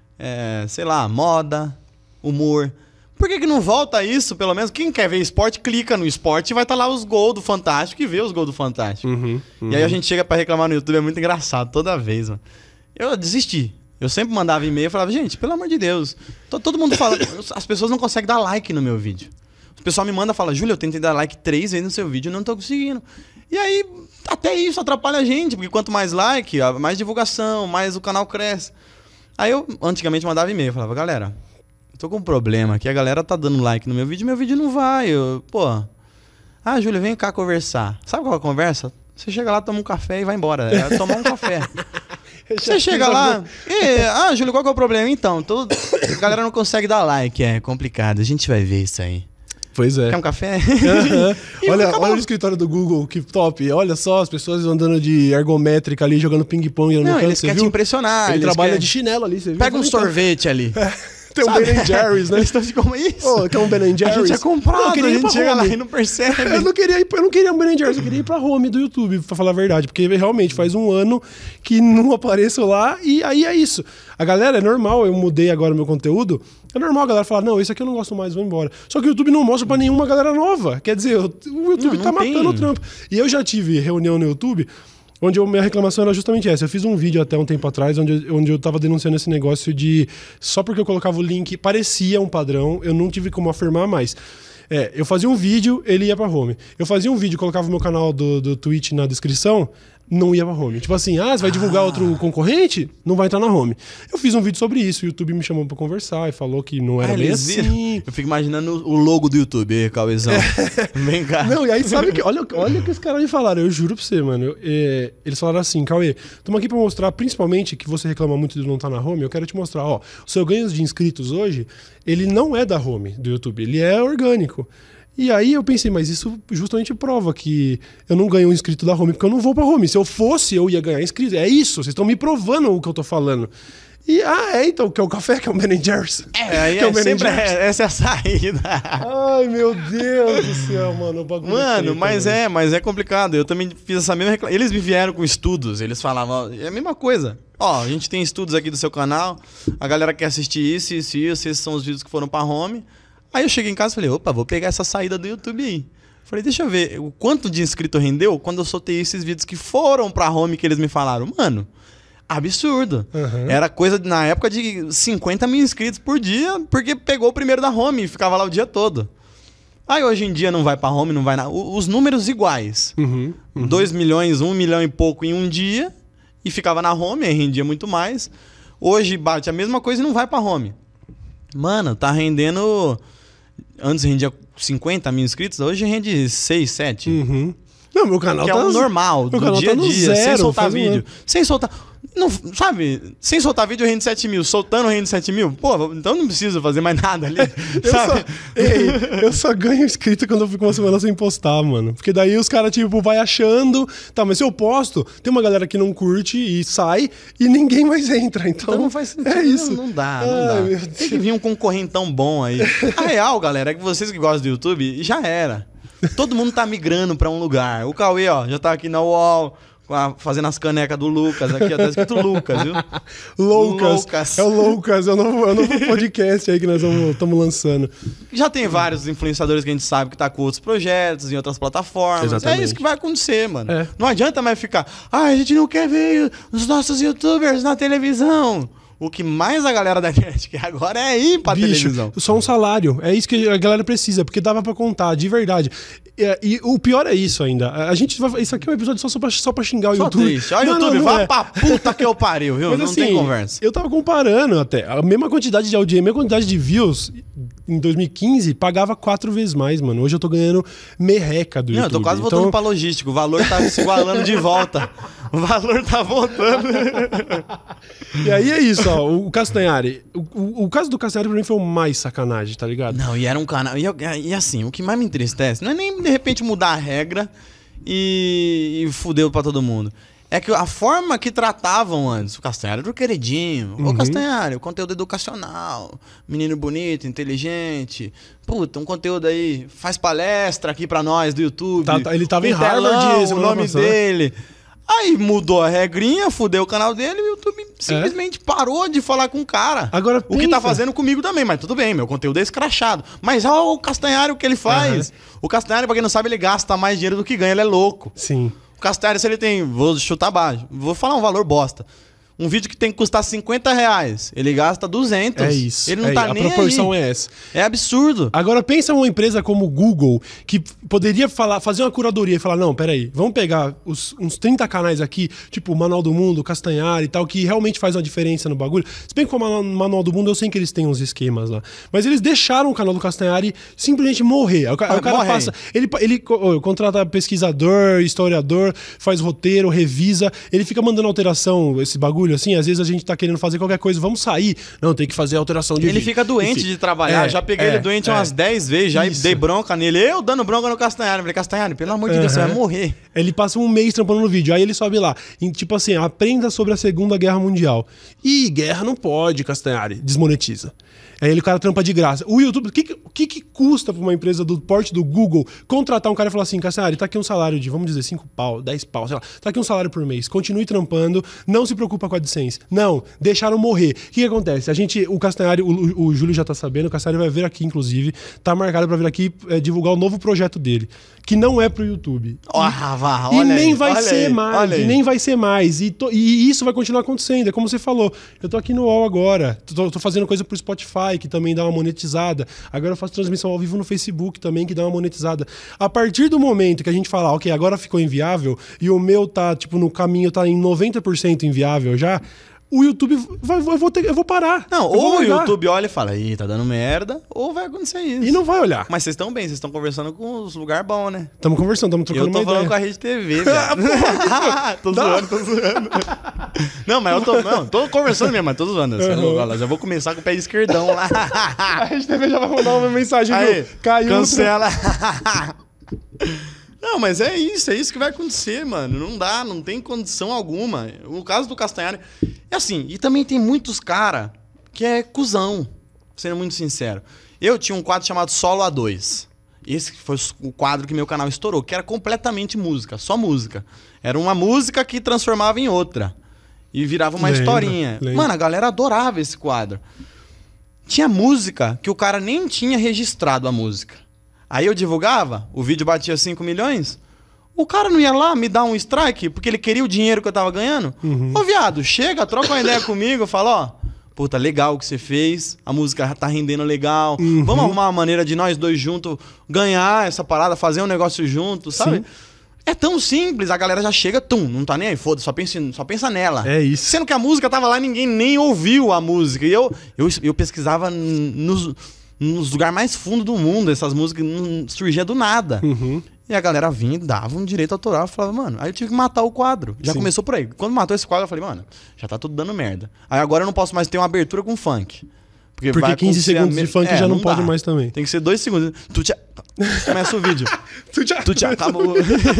é, sei lá, moda, humor. Por que que não volta isso, pelo menos? Quem quer ver esporte, clica no esporte e vai estar tá lá os gols do Fantástico e vê os gols do Fantástico. Uhum, uhum. E aí a gente chega pra reclamar no YouTube, é muito engraçado, toda vez, mano. Eu desisti. Eu sempre mandava e-mail e falava, gente, pelo amor de Deus, tô, todo mundo falando, as pessoas não conseguem dar like no meu vídeo. O pessoal me manda e fala, Júlio, eu tentei dar like três vezes no seu vídeo e não tô conseguindo. E aí, até isso atrapalha a gente, porque quanto mais like, mais divulgação, mais o canal cresce. Aí eu, antigamente, mandava e-mail, falava, galera, tô com um problema aqui, a galera tá dando like no meu vídeo, meu vídeo não vai. Eu, pô, ah, Júlio, vem cá conversar. Sabe qual é a conversa? Você chega lá, toma um café e vai embora. É tomar um café. Você chega lá, e, ah, Júlio, qual que é o problema? Então, todo, a galera não consegue dar like, é complicado, a gente vai ver isso aí. Pois é. Quer um café? Uhum. olha, olha o escritório do Google, que top. Olha só, as pessoas andando de ergométrica ali, jogando ping-pong no Não, canto, eles querem te impressionar. Ele eles trabalha querem... de chinelo ali, você viu? Pega um sorvete ali. Tem um Ben and Jerry's, né? Eles estão de como isso? Oh, quer um Ben and Jerry's? A gente é comprado, não, eu queria a ir gente pra chega home. lá e não percebe. Eu não queria ir, eu não queria um Ben and Jerry's, eu queria ir pra home do YouTube, pra falar a verdade. Porque realmente faz um ano que não apareço lá e aí é isso. A galera, é normal, eu mudei agora o meu conteúdo, é normal a galera falar, não, esse aqui eu não gosto mais, vou embora. Só que o YouTube não mostra pra nenhuma galera nova. Quer dizer, o YouTube não, tá não tem. matando o trampo. E eu já tive reunião no YouTube, onde a minha reclamação era justamente essa. Eu fiz um vídeo até um tempo atrás, onde eu, onde eu tava denunciando esse negócio de... Só porque eu colocava o link, parecia um padrão, eu não tive como afirmar mais. É, eu fazia um vídeo, ele ia pra home. Eu fazia um vídeo, colocava o meu canal do, do Twitch na descrição, não ia pra home. Tipo assim, ah, você vai divulgar ah. outro concorrente? Não vai estar na home. Eu fiz um vídeo sobre isso, o YouTube me chamou pra conversar e falou que não era ah, bem assim. Eu fico imaginando o logo do YouTube, Cauêzão. É. Vem cá. Não, e aí sabe que... Olha, olha o que os caras me falaram, eu juro pra você, mano. Eu, é, eles falaram assim, Cauê, estamos aqui pra mostrar, principalmente, que você reclama muito de não estar na home, eu quero te mostrar, ó, o seu ganho de inscritos hoje, ele não é da home do YouTube, ele é orgânico. E aí eu pensei, mas isso justamente prova que eu não ganho um inscrito da home, porque eu não vou pra home. Se eu fosse, eu ia ganhar inscrito. É isso, vocês estão me provando o que eu tô falando. E, ah, é, então, que é o café, que é o Ben and Jerry's. É, aí que é, é sempre é, essa é a saída. Ai, meu Deus do céu, mano. O bagulho mano, treta, mas mano. é, mas é complicado. Eu também fiz essa mesma reclamação. Eles me vieram com estudos, eles falavam, é a mesma coisa. Ó, a gente tem estudos aqui do seu canal, a galera quer assistir isso, isso e isso, esses são os vídeos que foram pra home. Aí eu cheguei em casa e falei, opa, vou pegar essa saída do YouTube aí. Falei, deixa eu ver, o quanto de inscrito rendeu quando eu soltei esses vídeos que foram pra home que eles me falaram. Mano, absurdo. Uhum. Era coisa, na época, de cinquenta mil inscritos por dia, porque pegou o primeiro da home e ficava lá o dia todo. Aí hoje em dia não vai pra home, não vai na... Os números iguais. Uhum, uhum. dois milhões, um milhão e pouco em um dia, e ficava na home, aí rendia muito mais. Hoje bate a mesma coisa e não vai pra home. Mano, tá rendendo... Antes rendia cinquenta mil inscritos, hoje rende seis, sete. Uhum. Não, meu canal que tá... é o normal, do dia a dia, sem soltar vídeo. Sem soltar... Não, sabe, sem soltar vídeo rende sete mil, soltando rende sete mil. Pô, então não preciso fazer mais nada ali, eu, sabe? Só, ei, eu só ganho inscrito quando eu fico uma semana sem postar, mano. Porque daí os caras, tipo, vai achando... Tá, mas se eu posto, tem uma galera que não curte e sai e ninguém mais entra. Então, então não faz sentido. É isso. Não, não dá, não Ai, dá. Tem que vir um concorrentão bom aí. A real, galera, é que vocês que gostam do YouTube, já era. Todo mundo tá migrando pra um lugar. O Cauê, ó, já tá aqui na U O L... fazendo as canecas do Lucas aqui, até escrito Lucas, viu? Loucas. Lucas. É o Loucas, é o novo, é o novo podcast aí que nós estamos lançando. Já tem vários influenciadores que a gente sabe que tá com outros projetos, em outras plataformas. Exatamente. É isso que vai acontecer, mano. É. Não adianta mais ficar, ah, a gente não quer ver os nossos youtubers na televisão. O que mais a galera da internet quer agora é ir pra Bicho, televisão. Só um salário. É isso que a galera precisa, porque dava pra contar, de verdade. E, e o pior é isso ainda. A gente vai, isso aqui é um episódio só, só, pra, só pra xingar o só YouTube. Triste. Ó, o YouTube, não, não vai é. pra puta que eu pariu, viu? Mas, não assim, tem conversa. Eu tava comparando até. A mesma quantidade de audiência, a mesma quantidade de views em dois mil e quinze, pagava quatro vezes mais, mano. Hoje eu tô ganhando merreca do não, YouTube. Eu tô quase voltando então... pra logística. O valor tá se igualando de volta. O valor tá voltando. E aí é isso, ó. O Castanhari. O, o, o caso do Castanhari pra mim foi o mais sacanagem, tá ligado? Não, e era um canal. E, e assim, o que mais me entristece não é nem de repente mudar a regra e, e fudeu pra todo mundo. É que a forma que tratavam antes, o Castanhari era o queridinho. Uhum. Ô Castanhari, o conteúdo educacional, menino bonito, inteligente. Puta, um conteúdo aí, faz palestra aqui pra nós do YouTube. Tá, tá, ele tava em telão, Harvard, o nome dele. Aí mudou a regrinha, fudeu o canal dele e o YouTube simplesmente é? parou de falar com o cara. Agora, o que tá fazendo comigo também, mas tudo bem, meu conteúdo é escrachado. Mas olha o Castanhari, o que ele faz. Uhum. O Castanhari, pra quem não sabe, ele gasta mais dinheiro do que ganha, ele é louco. Sim. O Castanhari, se ele tem, vou chutar baixo, vou falar um valor bosta. Um vídeo que tem que custar cinquenta reais, ele gasta duzentos. É isso. Ele não é, tá a nem proporção aí. é essa. É absurdo. Agora pensa uma empresa como o Google, que poderia falar, fazer uma curadoria e falar, não, peraí, vamos pegar os, uns trinta canais aqui, tipo o Manual do Mundo, Castanhari e tal, que realmente faz uma diferença no bagulho. Se bem que com o Manual do Mundo eu sei que eles têm uns esquemas lá. Mas eles deixaram o canal do Castanhari simplesmente morrer. O, ca- Ah, o cara morre. passa... Ele, ele co- contrata pesquisador, historiador, faz roteiro, revisa, ele fica mandando alteração, esse bagulho assim, às vezes a gente tá querendo fazer qualquer coisa, vamos sair. Não, tem que fazer alteração de Ele vídeo. fica doente Enfim, de trabalhar. é, já peguei é, ele doente é. umas dez vezes, já e Isso. dei bronca nele. Eu dando bronca no Castanhari. Falei, Castanhari, pelo amor de Deus, você vai morrer. Ele passa um mês trampando no vídeo, aí ele sobe lá, em, tipo assim, aprenda sobre a Segunda Guerra Mundial. Ih, guerra não pode, Castanhari, desmonetiza. Aí ele, o cara trampa de graça. O YouTube, o que, que- o que, que custa pra uma empresa do porte do Google contratar um cara e falar assim, Castanhari, tá aqui um salário de, vamos dizer, cinco pau, dez pau, sei lá, tá aqui um salário por mês, continue trampando, não se preocupa com a AdSense. Não, deixaram morrer. O que, que acontece? A gente, o Castanhari, o, o, o Júlio já tá sabendo, o Castanhari vai vir aqui, inclusive, tá marcado pra vir aqui é, divulgar o novo projeto dele, que não é pro YouTube. Ah, vá, E olha nem aí, vai olha ser aí, mais, olha e aí. nem vai ser mais. E, to- e isso vai continuar acontecendo, é como você falou. Eu tô aqui no U O L agora, tô, tô fazendo coisa pro Spotify, que também dá uma monetizada. Agora eu faço transmissão ao vivo no Facebook também, que dá uma monetizada. A partir do momento que a gente fala, ok, agora ficou inviável, e o meu tá, tipo, no caminho tá em noventa por cento inviável já, o YouTube, vai, eu, vou ter, eu vou parar. Não, eu vou ou o largar. YouTube olha e fala, ih, tá dando merda, ou vai acontecer isso. E não vai olhar. Mas vocês estão bem, vocês estão conversando com os lugares bons, né? Estamos conversando, estamos trocando Eu tô uma falando ideia. com a Rede T V, velho. tô zoando, tô zoando. Não, mas eu tô, não, tô conversando mesmo, mas tô zoando. Uhum. Uhum. Já vou começar com o pé esquerdão lá. A Rede T V já vai mandar uma mensagem, Aí, viu? Caiu no- cancela. Não, mas é isso, é isso que vai acontecer, mano. Não dá, não tem condição alguma. O caso do Castanhari é assim, e também tem muitos cara que é cuzão, sendo muito sincero. Eu tinha um quadro chamado Solo A dois. Esse foi o quadro que meu canal estourou, que era completamente música, só música. Era uma música que transformava em outra. E virava uma Lembro, historinha. lembro. Mano, a galera adorava esse quadro. Tinha música que o cara nem tinha registrado a música. Aí eu divulgava, o vídeo batia cinco milhões, o cara não ia lá me dar um strike porque ele queria o dinheiro que eu tava ganhando? Uhum. Ô, viado, chega, troca uma ideia comigo, fala, ó, puta, legal o que você fez, a música tá rendendo legal, Uhum. vamos arrumar uma maneira de nós dois juntos ganhar essa parada, fazer um negócio junto, sabe? Sim. É tão simples, a galera já chega, tum, não tá nem aí, foda-se, só pensa, só pensa nela. É isso. Sendo que a música tava lá e ninguém nem ouviu a música. E eu, eu, eu pesquisava nos, nos lugares mais fundos do mundo, essas músicas não surgiam do nada. Uhum. E a galera vinha e dava um direito autoral. Eu falava, mano, aí eu tive que matar o quadro. Já Sim. começou por aí. Quando matou esse quadro, eu falei, mano, já tá tudo dando merda. Aí agora eu não posso mais ter uma abertura com funk. Porque vai quinze acontecer a segundos me- de funk É, já não, não pode dá. mais também. Tem que ser dois segundos. Tu já... Começa o vídeo. Tu já, Tu já acabou.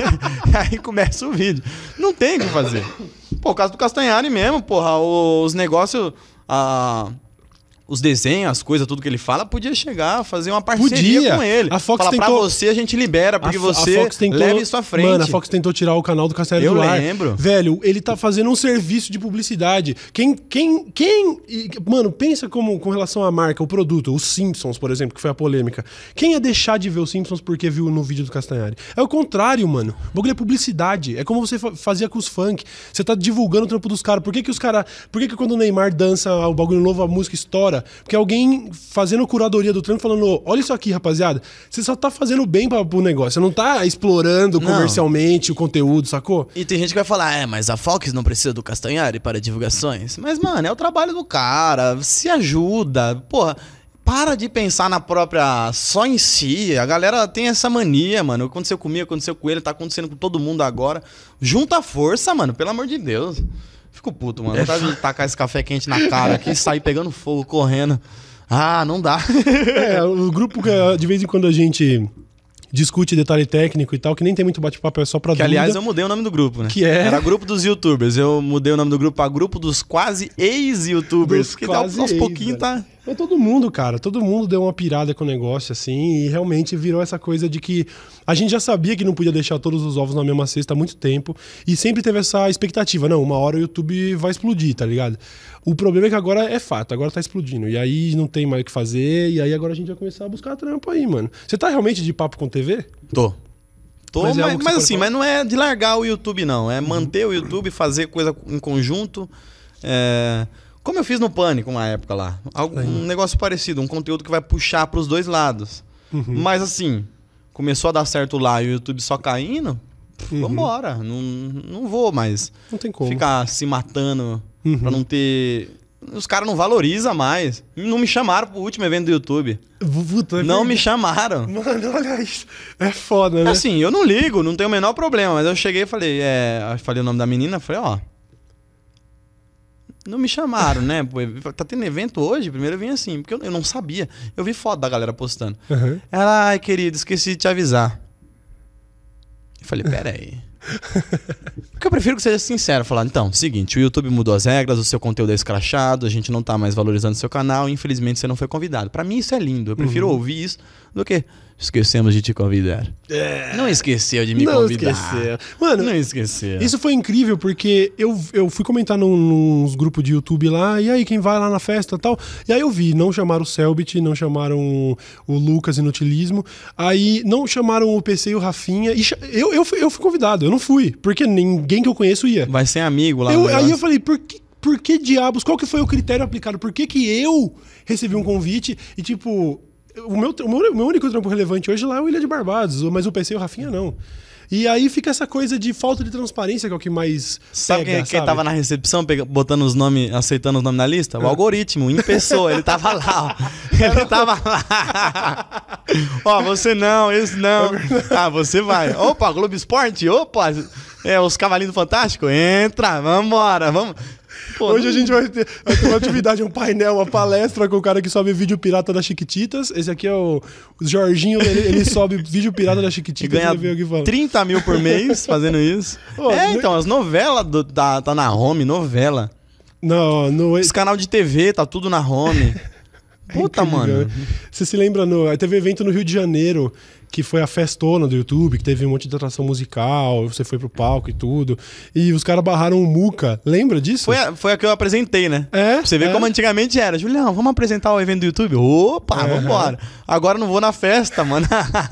Aí começa o vídeo. Não tem o que fazer. Pô, o caso do Castanhari mesmo, porra, os negócios, a- os desenhos, as coisas, tudo que ele fala, podia chegar, fazer uma parceria Podia. com ele. A Fox Falar, tentou- pra você a gente libera, porque A Fo- a você Fox tentou- leva isso à frente. Mano, a Fox tentou tirar o canal do Castanhari Eu do ar. lembro. Velho, ele tá fazendo um serviço de publicidade. Quem, quem, quem... e, Mano, pensa como, com relação à marca, o produto, os Simpsons, por exemplo, que foi a polêmica. Quem ia deixar de ver os Simpsons porque viu no vídeo do Castanhari? É o contrário, mano. O bagulho é publicidade. É como você fa- fazia com os funk. Você tá divulgando o trampo dos caras. Por que que os caras... Por que que quando o Neymar dança o bagulho novo, a música estoura? Porque alguém fazendo curadoria do trampo falando, "Ô, olha isso aqui, rapaziada. Você só tá fazendo bem pra, pro negócio. Você não tá explorando Não. comercialmente o conteúdo, sacou? E tem gente que vai falar, é, mas a Fox não precisa do Castanhari para divulgações. Mas, mano, é o trabalho do cara, se ajuda. Porra, para de pensar na própria... só em si. A galera tem essa mania, mano. Aconteceu comigo, aconteceu com ele, tá acontecendo com todo mundo agora. Junta força, mano, pelo amor de Deus. Fico puto, mano. Vontade de tacar esse café quente na cara aqui e sair pegando fogo, correndo. Ah, não dá. É, o grupo que de vez em quando a gente discute detalhe técnico e tal, que nem tem muito bate-papo, é só pra Que, dúvida. aliás, eu mudei o nome do grupo, né? Que é? Era grupo dos youtubers. Eu mudei o nome do grupo pra grupo dos quase ex-youtubers. Dos Que dá, quase aos ex, pouquinhos velho. tá... Mas todo mundo, cara, todo mundo deu uma pirada com o negócio, assim, e realmente virou essa coisa de que a gente já sabia que não podia deixar todos os ovos na mesma cesta há muito tempo, e sempre teve essa expectativa, não, uma hora o YouTube vai explodir, tá ligado? O problema é que agora é fato, agora tá explodindo, e aí não tem mais o que fazer, e aí agora a gente vai começar a buscar trampo aí, mano. Você tá realmente de papo com T V? Tô. Tô, Mas mas, é algo que mas você pode assim, falar? mas não é de largar o YouTube, não. É manter o YouTube, fazer coisa em conjunto. É, como eu fiz no Pânico uma época lá. Algum, um negócio parecido, um conteúdo que vai puxar pros dois lados. Uhum. Mas assim, começou a dar certo lá e o YouTube só caindo, uhum. vambora. Não, não vou mais não tem como. Ficar se matando uhum. pra não ter... Os caras não valorizam mais. Não me chamaram pro último evento do YouTube. Puta, é não verdade. Me chamaram. Mano, olha isso. É foda, né? Assim, eu não ligo, não tenho o menor problema. Mas eu cheguei e falei, é, falei o nome da menina, falei, ó... Não me chamaram, né? Tá tendo evento hoje? Primeiro eu vim assim, porque eu, eu não sabia. Eu vi foto da galera postando. Uhum. Ela, ai, querido, esqueci de te avisar. Eu falei, pera aí. Porque eu prefiro que seja sincero, falar, então, seguinte, o YouTube mudou as regras, o seu conteúdo é escrachado, a gente não tá mais valorizando o seu canal, infelizmente você não foi convidado. Pra mim isso é lindo, eu prefiro uhum. ouvir isso do que esquecemos de te convidar. É. Não esqueceu de me não convidar. Esqueceu. Mano, não esqueceu. Isso foi incrível porque eu, eu fui comentar num, nos grupos de YouTube lá, e aí quem vai lá na festa e tal, e aí eu vi, não chamaram o Selbit, não chamaram o Lucas Inutilismo, aí não chamaram o P C e o Rafinha, e eu, eu, fui, eu fui convidado, eu não fui, porque ninguém que eu conheço ia. Vai ser amigo lá. Eu, aí eu falei, por que, por que diabos, qual que foi o critério aplicado? Por que que eu recebi um convite e tipo... O meu, o, meu, o meu único trampo relevante hoje lá é o Ilha de Barbados, mas o P C e o Rafinha não. E aí fica essa coisa de falta de transparência, que é o que mais sabe pega, quem, sabe? Quem tava na recepção, pega, botando os nomes, aceitando os nomes na lista? O é. algoritmo, em pessoa, ele tava lá, ó. Ele tava lá. Ó, você não, esse não. Ah, você vai. Opa, Globo Esporte, opa. É, os Cavalinhos Fantásticos, entra, vambora, vamos... Pô, hoje não... a gente vai ter, vai ter uma atividade, um painel, uma palestra com o cara que sobe vídeo pirata da Chiquititas. Esse aqui é o, o Jorginho, ele, ele sobe vídeo pirata da Chiquititas. E ganha trinta mil por mês fazendo isso. Pô, é, no... então, as novelas do, da, tá na home, novela. Não, no... Os canal de T V, tá tudo na home. Puta, é mano. Você se lembra, no... teve evento no Rio de Janeiro, que foi a festona do YouTube, que teve um monte de atração musical, você foi pro palco e tudo. E os caras barraram o Muca. Lembra disso? Foi a, foi a que eu apresentei, né? É? Pra você ver é. como antigamente era. Julião, vamos apresentar o evento do YouTube? Opa, é. vambora. Agora não vou na festa, mano.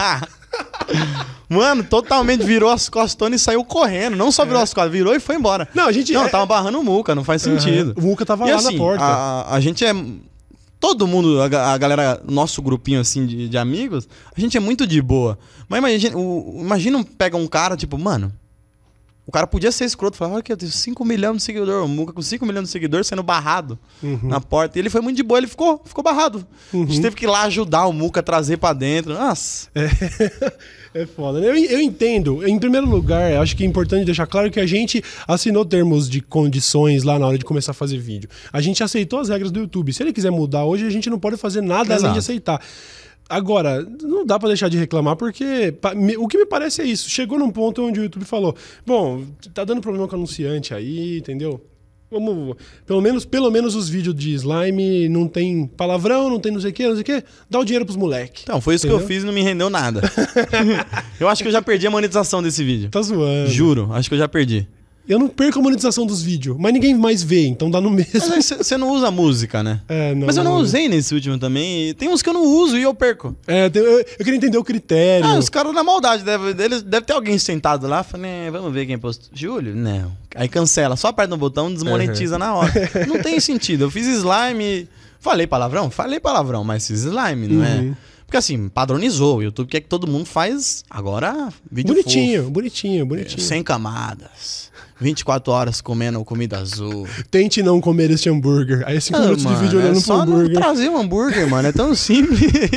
Mano, totalmente virou as costas e saiu correndo. Não só virou é. as costas, virou e foi embora. Não, a gente... Não, é... tava barrando o Muca, não faz sentido. Uhum. O Muca tava e lá assim, na porta. A, a gente é... Todo mundo, a, a galera, nosso grupinho assim de, de amigos, a gente é muito de boa. Mas imagina, o, imagina pega um cara, tipo, mano, o cara podia ser escroto, falar, olha que eu tenho cinco milhões de seguidores, o Muca com cinco milhões de seguidores sendo barrado uhum. na porta. E ele foi muito de boa, ele ficou, ficou barrado. Uhum. A gente teve que ir lá ajudar o Muca a trazer pra dentro. Nossa. É, é foda. Eu, eu entendo. Em primeiro lugar, acho que é importante deixar claro que a gente assinou termos de condições lá na hora de começar a fazer vídeo. A gente aceitou as regras do YouTube. Se ele quiser mudar hoje, a gente não pode fazer nada Exato. além de aceitar. Agora, não dá pra deixar de reclamar, porque o que me parece é isso. Chegou num ponto onde o YouTube falou, bom, tá dando problema com o anunciante aí, entendeu? Vamos, pelo menos, pelo menos os vídeos de slime não tem palavrão, não tem não sei o que, não sei o que, dá o dinheiro pros moleques. Então, foi isso entendeu? que eu fiz e não me rendeu nada. Eu acho que eu já perdi a monetização desse vídeo. Tá zoando. Juro, acho que eu já perdi. Eu não perco a monetização dos vídeos, mas ninguém mais vê, então dá no mesmo. Mas você não usa música, né? É, não, mas eu não, não usei nesse último também. Tem uns que eu não uso e eu perco. É, eu, eu queria entender o critério. Ah, os caras na maldade. Deve, deve, deve ter alguém sentado lá, falando, vamos ver quem postou. Júlio? Não. Aí cancela, só aperta no botão, desmonetiza uhum. na hora. Não tem sentido. Eu fiz slime, falei palavrão? Falei palavrão, mas fiz slime, não uhum. é? Porque assim, padronizou. O YouTube quer que todo mundo faz agora vídeo bonitinho, fofo. Bonitinho, bonitinho. Sem camadas. vinte e quatro horas comendo comida azul. Tente não comer este hambúrguer. Aí cinco ah, minutos mano, de vídeo olhando é pro hambúrguer. Não trazer um hambúrguer, mano. É tão simples.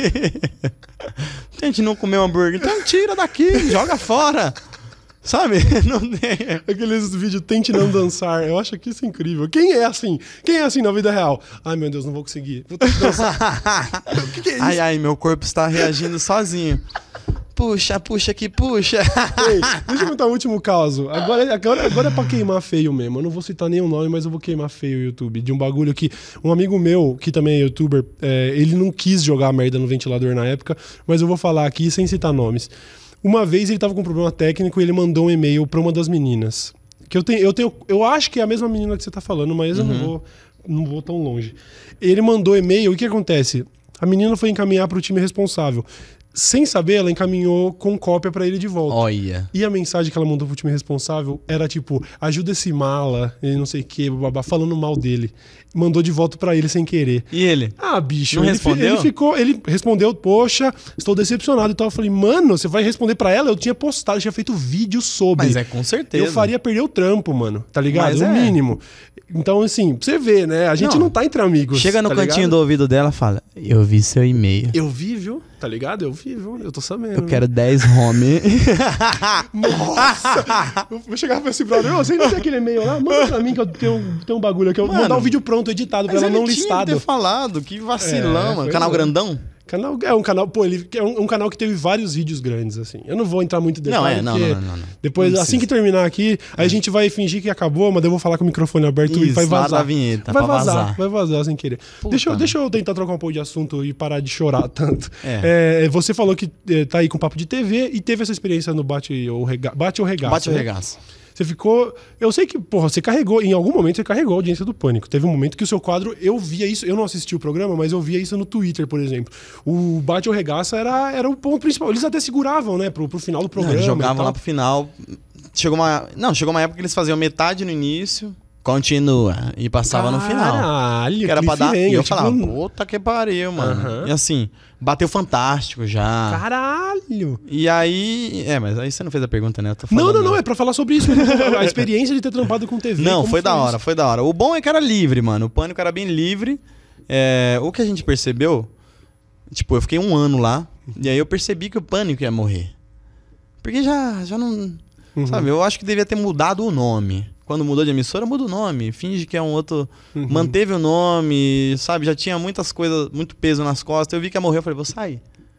Tente não comer um hambúrguer. Então tira daqui, joga fora. Sabe? Não tem. Aqueles vídeos tente não dançar. Eu acho que isso é incrível. Quem é assim? Quem é assim na vida real? Ai, meu Deus, não vou conseguir. Vou ter que dançar. O que, que é isso? Ai, ai, meu corpo está reagindo sozinho. Puxa, puxa que puxa. Ei, deixa eu contar o último caso. Agora, agora, agora é pra queimar feio mesmo. Eu não vou citar nenhum nome, mas eu vou queimar feio o YouTube. De um bagulho que um amigo meu, que também é youtuber, é, ele não quis jogar a merda no ventilador na época, mas eu vou falar aqui sem citar nomes. Uma vez ele tava com um problema técnico e ele mandou um e-mail pra uma das meninas. Que eu tenho, eu tenho, eu acho que é a mesma menina que você tá falando, mas uhum. eu não vou, não vou tão longe. Ele mandou e-mail e o que acontece? A menina foi encaminhar pro time responsável. sem saber, ela encaminhou com cópia pra ele de volta. Olha. E a mensagem que ela mandou pro time responsável era tipo, ajuda esse mala, e não sei o que, babá, falando mal dele. Mandou de volta pra ele sem querer. E ele? Ah, bicho, Não ele, respondeu? ele ficou, ele respondeu, poxa, estou decepcionado e tal. Eu falei, mano, você vai responder pra ela? Eu tinha postado, eu tinha feito vídeo sobre. Mas é com certeza. Eu faria perder o trampo, mano, tá ligado? Mas o é. mínimo. Então, assim, pra você ver, né? A gente não, Não. tá entre amigos. Chega no tá cantinho ligado? do ouvido dela e fala, eu vi seu e-mail. Eu vi, viu? Tá ligado? Eu vi, viu? Eu tô sabendo. Eu quero dez home. Nossa! Eu vou chegar pra esse brother, ô, você ainda tem aquele e-mail lá? Manda pra mim que eu tenho, tenho um bagulho aqui. Eu vou Mano, mandar um vídeo pronto, editado, pra Mas ela ele não tinha listado. que ter falado, que vacilão, É, mano. foi Canal bom. grandão? Canal, é um canal, pô, ele é um, um canal que teve vários vídeos grandes, assim. Eu não vou entrar muito em detalhe, Não, é, não, porque não, não, não. depois, Não assim precisa. que terminar aqui, aí a gente vai fingir que acabou, mas eu vou falar com o microfone aberto e Isso, vai lá vazar. da vinheta, vai pra vazar, vazar. vai vazar sem querer. Puta, Deixa eu, né? deixa eu tentar trocar um pouco de assunto e parar de chorar tanto. É. É, você falou que é, tá aí com papo de T V e teve essa experiência no Bate ou Rega... Bate ou Regaça. Bate o né? regaço. Você ficou. Eu sei que, porra, você carregou, em algum momento você carregou a audiência do Pânico. Teve um momento que o seu quadro, eu via isso, eu não assisti o programa, mas eu via isso no Twitter, por exemplo. O Bate ou Regaça era, era o ponto principal. Eles até seguravam, né, pro, pro final do Não, programa. eles e jogavam tal. lá pro final. Chegou uma. Não, chegou uma época que eles faziam metade no início, continua. E passava no final. Caralho, Que era pra dar. E cliffhanger, eu tipo, falava, puta que pariu, mano. Aham. E assim, bateu fantástico já. Caralho! E aí. É, mas aí você não fez a pergunta, né? Eu tô Não, falando, não, não, né? é pra falar sobre isso. A experiência de ter trampado com T V. Não, como foi da isso? hora, foi da hora. O bom é que era livre, mano. O Pânico era bem livre. É, o que a gente percebeu, tipo, eu fiquei um ano lá, e aí eu percebi que o Pânico ia morrer. Porque já, já não... Uhum. Sabe, eu acho que devia ter mudado o nome. Quando mudou de emissora, muda o nome. Finge que é um outro... Uhum. Manteve o nome, sabe? Já tinha muitas coisas, muito peso nas costas. Eu vi que ia morrer, eu falei, vou sair.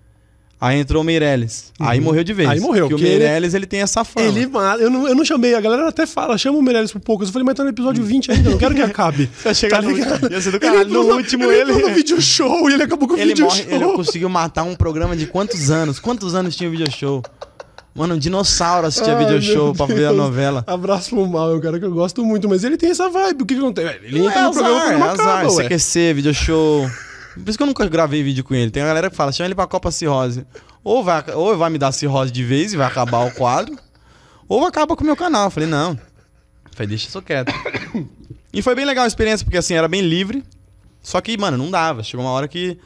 Aí entrou o Meirelles. Aí Uhum. morreu de vez. Aí morreu, Porque o porque ele- Meirelles, ele tem essa fama. Ele, eu, não, eu não chamei, a galera até fala, chama o Meirelles por poucos. Eu falei, mas tá no episódio vinte ainda, não quero que acabe. Vai chegar no- ligado? ia ser do caralho. Ele entrou No último, ele. ele- entrou no vídeo show e ele acabou com o Ele vídeo morre, show. ele conseguiu matar um programa de quantos anos? Quantos anos tinha o video show? Mano, um dinossauro assistia Ai, video show meu pra ver a Deus. novela. Abraço pro Mal, é um cara que eu gosto muito, mas ele tem essa vibe. O que que acontece? Ele entra É no programa azar, quando não é azar. acaba, ué. C Q C, video show. Por isso que eu nunca gravei vídeo com ele. Tem a galera que fala, chama ele pra Copa Cirrose. Ou vai, ou vai me dar cirrose de vez e vai acabar o quadro, ou acaba com o meu canal. Eu falei, não. Falei, deixa isso quieto. E foi bem legal a experiência, porque assim, era bem livre. Só que, mano, não dava. Chegou uma hora que...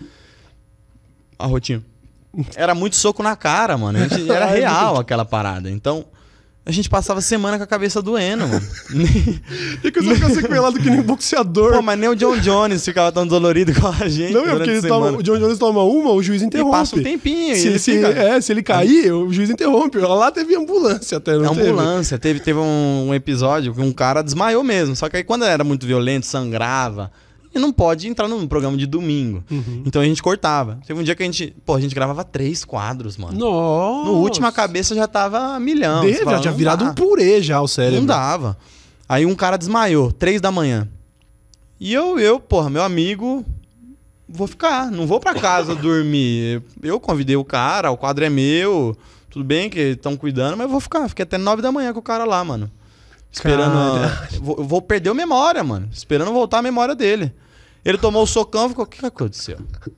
A rotinha. Era muito soco na cara, mano. A gente- era Ai, real gente. aquela parada. Então, a gente passava semana com a cabeça doendo, mano. E que eu só ficar sequelado que nem boxeador. Pô, mas nem o John Jones ficava tão dolorido com a gente. Não, é porque durante ele a toma, semana. o John Jones toma uma, o juiz E interrompe. passa um tempinho. Se e ele ele, se, fica... é, se ele cair, o juiz interrompe. Lá teve ambulância até, não É teve? ambulância. Teve, teve um, um episódio que um cara desmaiou mesmo. Só que aí quando era muito violento, sangrava. E não pode entrar num programa de domingo. Uhum. Então a gente cortava. Teve um dia que a gente... Pô, a gente gravava três quadros, mano. Nossa. No último a cabeça já tava a milhão. Deve, Você já fala, tinha não virado dá. um purê já o cérebro. Não dava. Aí um cara desmaiou, três da manhã. E eu, eu, porra, meu amigo, vou ficar, não vou pra casa dormir. Eu convidei o cara, o quadro é meu, tudo bem que estão cuidando, mas eu vou ficar. Fiquei até nove da manhã com o cara lá, mano. Esperando. a- eu vou, eu vou perder a memória, mano. Esperando voltar a memória dele. Ele tomou o socão e ficou, o que que aconteceu?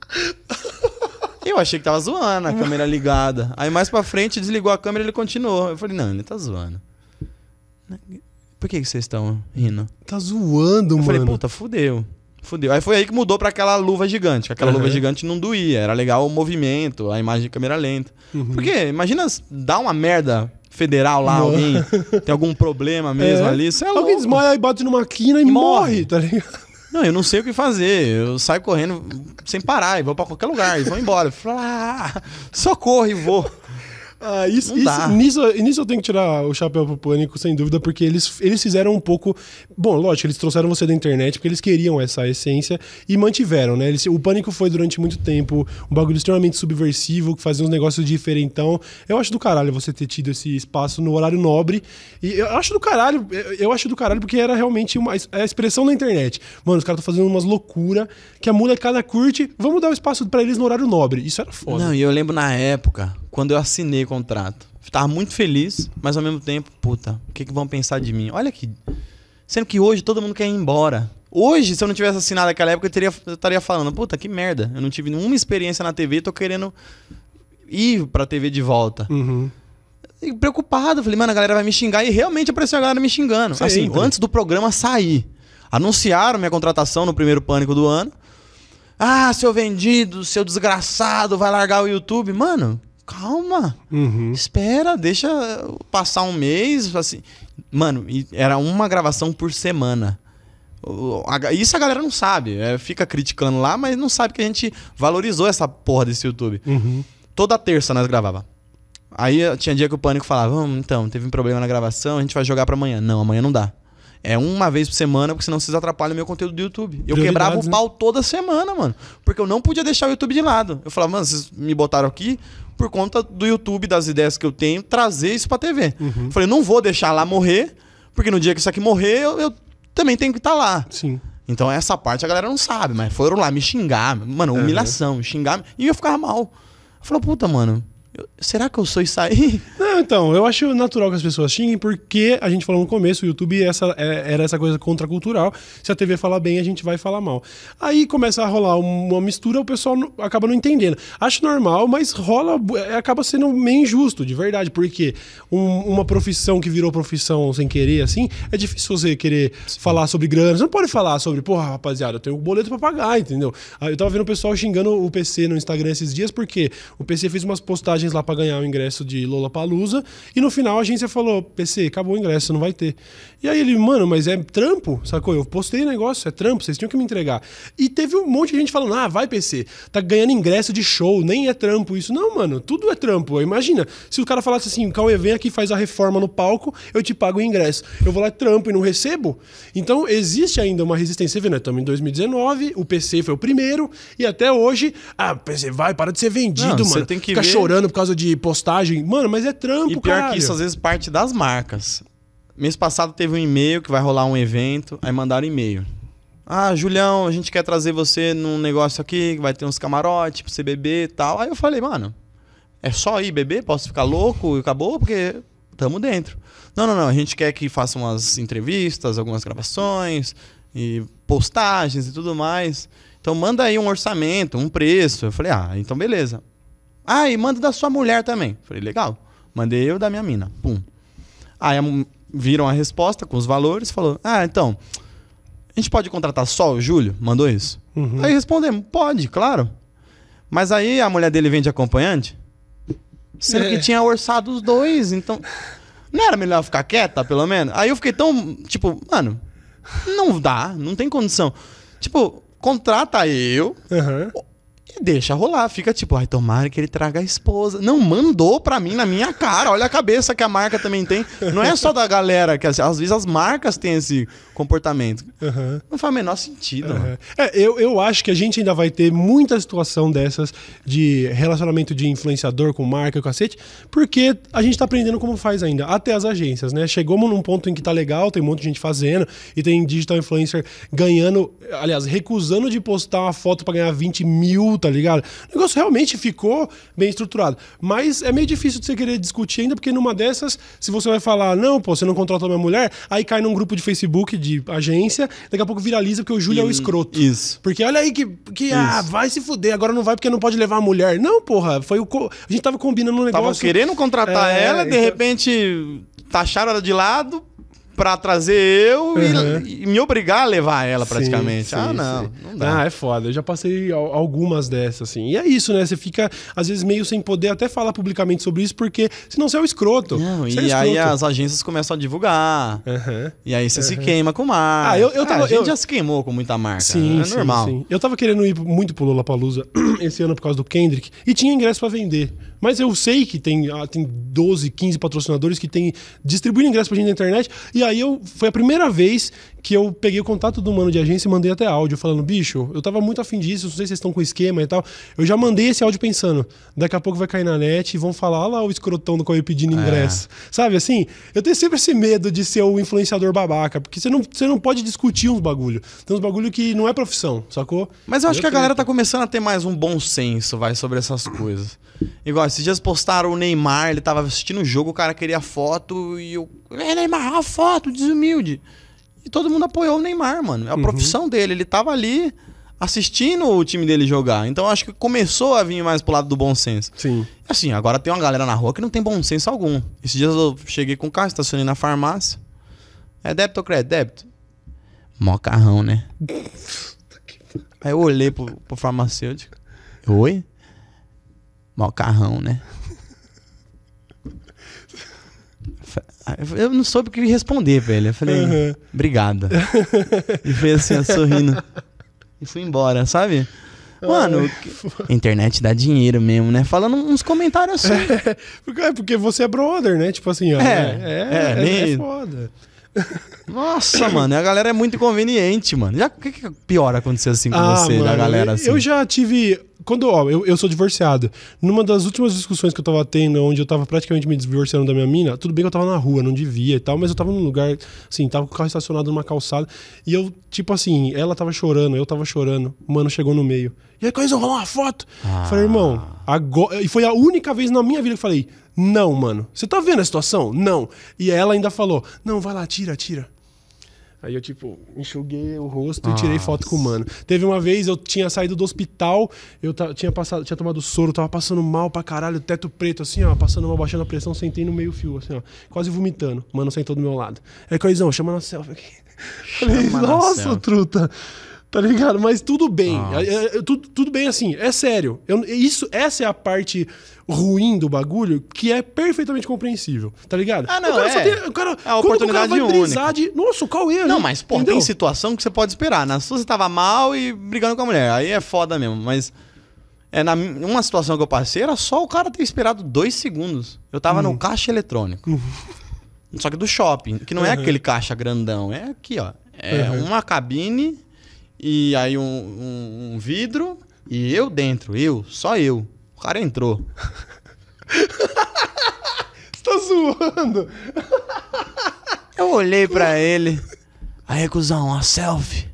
Eu achei que tava zoando, a câmera ligada. Aí mais pra frente desligou a câmera e ele continuou. Eu falei, não, ele tá zoando. Por que que vocês estão rindo? Tá zoando, Eu mano. falei, puta, fudeu. Fudeu. Aí foi aí que mudou pra aquela luva gigante. que Aquela Uhum. luva gigante não doía. Era legal o movimento, a imagem de câmera lenta. Uhum. Porque, imagina dar uma merda federal lá, Não. alguém tem algum problema mesmo É. ali. Isso é Alguém louco. desmaia e bate numa quina e, E morre, morre. tá ligado? Não, eu não sei o que fazer. Eu saio correndo sem parar e vou pra qualquer lugar e vou embora. Eu falo, ah, socorro e vou. Ah, isso, Não isso- dá. nisso, nisso eu tenho que tirar o chapéu pro Pânico, sem dúvida, porque eles, eles fizeram um pouco... Bom, lógico, eles trouxeram você da internet porque eles queriam essa essência e mantiveram, né? Eles, o Pânico foi, durante muito tempo, um bagulho extremamente subversivo, que fazia uns negócios diferentão. Eu acho do caralho você ter tido esse espaço no horário nobre. E eu acho do caralho, eu- eu acho do caralho porque era realmente uma, é a expressão da internet. Mano, os caras estão fazendo umas loucuras que a molecada curte, vamos dar o espaço pra eles no horário nobre. Isso era foda. Não, e eu lembro na época, quando eu assinei o contrato. Tava muito feliz, mas ao mesmo tempo, puta, o que, que vão pensar de mim? Olha que. Sendo que hoje todo mundo quer ir embora. Hoje, se eu não tivesse assinado naquela época, eu, teria, eu estaria falando, puta, que merda. Eu não tive nenhuma experiência na T V e tô querendo ir pra T V de volta. Uhum. E preocupado, falei, mano, a galera vai me xingar. E realmente apareceu a galera me xingando. Sempre. Assim, antes do programa sair. Anunciaram minha contratação no primeiro Pânico do ano. Ah, seu vendido, seu desgraçado, vai largar o YouTube. Mano, calma. Uhum. Espera, deixa passar um mês. Assim. Mano, era uma gravação por semana. Isso a galera não sabe. É, fica criticando lá, mas não sabe que a gente valorizou essa porra desse YouTube. Uhum. Toda terça nós gravava. Aí tinha dia que o Pânico falava, vamos, então, teve um problema na gravação, a gente vai jogar pra amanhã. Não, amanhã não dá. É uma vez por semana, porque senão vocês atrapalham o meu conteúdo do YouTube. Eu quebrava o pau, né, toda semana, mano. Porque eu não podia deixar o YouTube de lado. Eu falava, mano, vocês me botaram aqui por conta do YouTube, das ideias que eu tenho, trazer isso pra T V. Uhum. Eu falei, não vou deixar lá morrer, porque no dia que isso aqui morrer, eu, eu também tenho que estar lá. Sim. Então essa parte a galera não sabe, mas foram lá me xingar. Mano, humilhação, uhum. xingar. E eu ficava mal. Eu falei, puta, mano... Eu, será que eu sou isso aí? Não, então, eu acho natural que as pessoas xinguem, porque a gente falou no começo, o YouTube essa, era essa coisa contracultural. Se a T V falar bem, a gente vai falar mal. Aí começa a rolar uma mistura, o pessoal não, acaba não entendendo. Acho normal, mas rola, acaba sendo meio injusto, de verdade, porque um, uma profissão que virou profissão sem querer, assim, é difícil você querer Sim. falar sobre grana. Você não pode falar sobre, porra, rapaziada, eu tenho um boleto pra pagar, entendeu? Aí eu tava vendo o pessoal xingando o P C no Instagram esses dias, porque o P C fez umas postagens lá pra ganhar o ingresso de Lollapalooza e no final a agência falou, P C, acabou o ingresso, você não vai ter. E aí ele, mano, mas é trampo, sacou? Eu postei o negócio, é trampo, vocês tinham que me entregar. E teve um monte de gente falando, ah, vai P C, tá ganhando ingresso de show, nem é trampo isso. Não, mano, tudo é trampo. Imagina, se o cara falasse assim, Cauê, vem aqui, faz a reforma no palco, eu te pago o ingresso. Eu vou lá trampo e não recebo? Então existe ainda uma resistência, vendo? Estamos em dois mil e dezenove, o P C foi o primeiro e até hoje, ah, P C, vai, para de ser vendido, não, mano. Tem que Fica ver... chorando por causa de postagem. Mano, mas é trampo, E pior caralho. que isso, às vezes parte das marcas. Mês passado teve um e-mail que vai rolar um evento, aí mandaram e-mail. Ah, Julião, a gente quer trazer você num negócio aqui, que vai ter uns camarotes pra você beber e tal. Aí eu falei, mano, é só ir beber? Posso ficar louco e acabou? Porque tamo dentro. Não, não, não, a gente quer que faça umas entrevistas, algumas gravações, e postagens e tudo mais. Então manda aí um orçamento, um preço. Eu falei, ah, então beleza. Ah, e manda da sua mulher também. Falei, legal. Mandei eu da minha mina. Pum. Aí viram a resposta com os valores, falou, ah, então, a gente pode contratar só o Júlio? Mandou isso. Uhum. Aí respondemos, pode, claro. Mas aí a mulher dele vende acompanhante, sendo é. que tinha orçado os dois, então... Não era melhor ficar quieta, pelo menos? Aí eu fiquei tão, tipo, mano, não dá, não tem condição. Tipo, contrata eu... Uhum. E deixa rolar, fica tipo, ai, tomara que ele traga a esposa. Não, mandou pra mim, na minha cara. Olha a cabeça que a marca também tem. Não é só da galera, que às vezes as marcas têm esse comportamento. Uhum. Não faz o menor sentido. Uhum. É, eu, eu acho que a gente ainda vai ter muita situação dessas de relacionamento de influenciador com marca e cacete, porque a gente tá aprendendo como faz ainda, até as agências, né? Chegamos num ponto em que tá legal, tem um monte de gente fazendo, e tem digital influencer ganhando, aliás, recusando de postar uma foto pra ganhar vinte mil, tá ligado? O negócio realmente ficou bem estruturado. Mas é meio difícil de você querer discutir ainda, porque numa dessas, se você vai falar, não, pô, você não contratou minha mulher, aí cai num grupo de Facebook de agência, daqui a pouco viraliza porque o Júlio é o escroto. Isso. Porque olha aí que, que ah, vai se fuder, agora não vai porque não pode levar a mulher. Não, porra, foi o co... a gente tava combinando um negócio... Tava querendo contratar é, ela, de então... repente taxaram ela de lado... Pra trazer eu uhum. e, e me obrigar a levar ela praticamente. Sim, sim, ah, não, não dá. Ah, é foda. Eu já passei algumas dessas, assim. E é isso, né? Você fica, às vezes, meio sem poder até falar publicamente sobre isso, porque senão você é o escroto. Não, e é escroto. Aí as agências começam a divulgar. Uhum. E aí você uhum. se queima com marca. Ah, eu, eu tava, ah, a gente eu... já se queimou com muita marca. Sim, é sim, normal. Sim. Eu tava querendo ir muito pro Lollapalooza esse ano por causa do Kendrick e tinha ingresso pra vender. Mas eu sei que tem, ah, tem doze, quinze patrocinadores que tem distribuindo ingresso pra gente na internet. E aí eu foi a primeira vez que eu peguei o contato do mano de agência e mandei até áudio, falando, bicho, eu tava muito afim disso, não sei se vocês estão com esquema e tal. Eu já mandei esse áudio pensando, daqui a pouco vai cair na net e vão falar, olha lá o escrotão do Cauê pedindo ingresso. É. Sabe, assim, eu tenho sempre esse medo de ser o influenciador babaca, porque você não, você não pode discutir uns bagulho. Tem uns bagulho que não é profissão, sacou? Mas eu acho eu que a galera tá começando a ter mais um bom senso, vai, sobre essas coisas. Igual, esses dias postaram o Neymar, ele tava assistindo o jogo, o cara queria foto e eu... É, Neymar, a foto, desumilde. E todo mundo apoiou o Neymar, mano. É a uhum. profissão dele, ele tava ali... assistindo o time dele jogar. Então acho que começou a vir mais pro lado do bom senso. Sim. Assim, agora tem uma galera na rua que não tem bom senso algum. Esses dias eu cheguei com o carro, estacionei na farmácia. É débito ou crédito? Débito. Mó carrão, né? Aí eu olhei pro, pro farmacêutico. Oi? Mó carrão, né? Eu não soube o que responder, velho. Eu falei, uhum. Obrigado. E foi assim, ó, sorrindo. E fui embora, sabe? Mano, a internet dá dinheiro mesmo, né? Falando uns comentários assim. É, porque, porque você é brother, né? Tipo assim, ó. É, é, é, é, é foda. Nossa, mano, a galera é muito inconveniente, mano. Já, o que, que pior aconteceu assim com ah, você, mano, da galera assim? Eu já tive... Quando, ó, eu, eu sou divorciado. Numa das últimas discussões que eu tava tendo, onde eu tava praticamente me divorciando da minha mina, tudo bem que eu tava na rua, não devia e tal, mas eu tava num lugar, assim, tava com o carro estacionado numa calçada, e eu, tipo assim, ela tava chorando, eu tava chorando, o mano chegou no meio. E aí, coisa, rolou uma foto. Ah. Falei, irmão, agora... E foi a única vez na minha vida que eu falei, não, mano, você tá vendo a situação? Não. E ela ainda falou, não, vai lá, tira, tira. Aí eu, tipo, enxuguei o rosto Nossa. e tirei foto com o mano. Teve uma vez, eu tinha saído do hospital, eu tinha, passado, tinha tomado soro, tava passando mal pra caralho, teto preto, assim, ó, passando mal, baixando a pressão, sentei no meio fio, assim, ó, quase vomitando. O mano sentou do meu lado. Aí, Coisão, chama na selfie aqui. Falei, nossa, truta. Tá ligado? Mas tudo bem. É, é, tudo, tudo bem assim, é sério. Eu, isso, essa é a parte ruim do bagulho que é perfeitamente compreensível, tá ligado? Ah, não, o cara é. Só tem, o cara, é a oportunidade única. De, nossa, qual é? Não, mas, pô, tem situação que você pode esperar. Na sua você tava mal e brigando com a mulher. Aí é foda mesmo, mas... É, na, uma situação que eu passei era só o cara ter esperado dois segundos. Eu tava uhum. no caixa eletrônico. Uhum. Só que do shopping, que não uhum. é aquele caixa grandão. É aqui, ó. É uhum. uma cabine... E aí um, um, um vidro e eu dentro, eu, só eu. O cara entrou. Você tá zoando? Eu olhei pra ele. Aí, cuzão, uma selfie.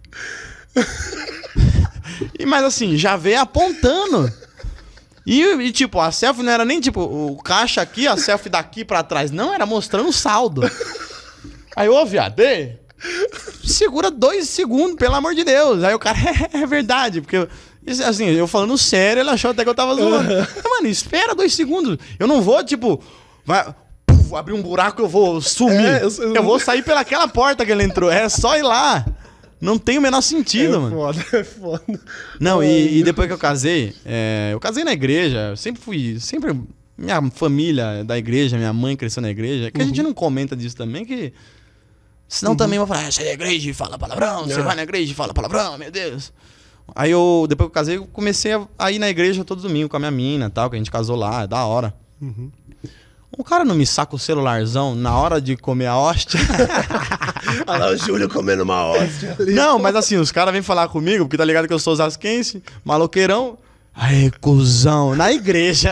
E, mas assim, já veio apontando. E, e tipo, a selfie não era nem tipo o caixa aqui, a selfie daqui pra trás. Não, era mostrando o saldo. Aí, ô, viado, segura dois segundos, pelo amor de Deus. Aí o cara, é, é verdade, porque, assim, eu falando sério, ele achou até que eu tava zoando. Uhum. Mano, espera dois segundos. Eu não vou, tipo, vai, puf, abrir um buraco, eu vou sumir. É, eu, eu... eu vou sair pelaquela porta que ele entrou. É só ir lá. Não tem o menor sentido, é mano. Foda, é foda. Não, e, e depois que eu casei, é, eu casei na igreja, eu sempre fui, sempre, minha família da igreja, minha mãe cresceu na igreja, que uhum. a gente não comenta disso também, que... Senão uhum. também vão falar, você é da igreja e fala palavrão, você vai na igreja e fala palavrão, meu Deus. Aí eu, depois que eu casei, eu comecei a ir na igreja todo domingo com a minha mina e tal, que a gente casou lá, é da hora. Uhum. O cara não me saca o celularzão na hora de comer a hóstia. Olha lá o Júlio comendo uma hóstia ali. Não, mas assim, os caras vêm falar comigo, porque tá ligado que eu sou zasquense, maloqueirão. Aí, cuzão, na igreja.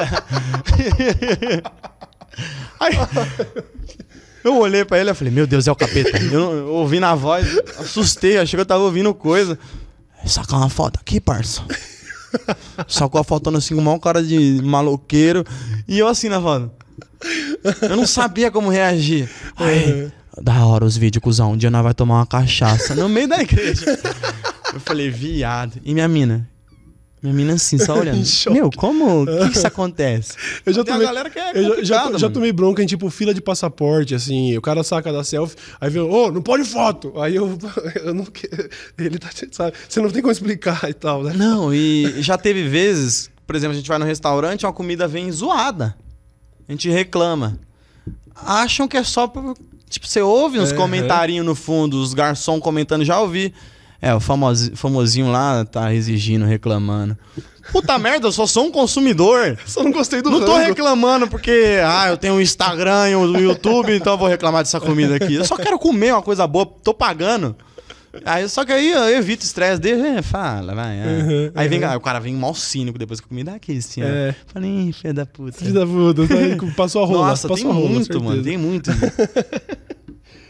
Aí... Eu olhei pra ele e falei, meu Deus, é o capeta. Eu, não, eu ouvi na voz, assustei, achei que eu tava ouvindo coisa. Sacar uma foto aqui, parça. Sacou a fotona assim com uma cara de maloqueiro. E eu assim na foto. Eu não sabia como reagir. Aí, da hora os vídeos, cuzão. Um dia nós vai tomar uma cachaça no meio da igreja. Eu falei, viado. E minha mina? Minha mina assim, só olhando. Meu, como? O que, que isso acontece? Eu já tomei, a galera que é eu já, já, já tomei bronca em tipo fila de passaporte, assim. O cara saca da selfie, aí vem, ô, oh, não pode foto. Aí eu, eu não quero. Ele tá, sabe? Você não tem como explicar e tal, né? Não, e já teve vezes, por exemplo, a gente vai no restaurante, uma comida vem zoada. A gente reclama. Acham que é só. Tipo, você ouve uns é, comentarinhos é. no fundo, os garçons comentando, já ouvi. É, o famosinho, famosinho lá tá exigindo, reclamando. Puta merda, eu só sou um consumidor. Só não gostei do Não rango. tô reclamando porque, ah, eu tenho um Instagram e um YouTube, então eu vou reclamar dessa comida aqui. Eu só quero comer uma coisa boa, tô pagando. Aí, só que aí eu evito o estresse dele, é, fala, vai. É. Uhum, aí vem, uhum. o cara vem mal cínico depois que a comida aqui, assim, é. ó. Falei, filho da puta. Filho da puta, passou a rola. Nossa, passou tem a rola, muito, mano, tem muito.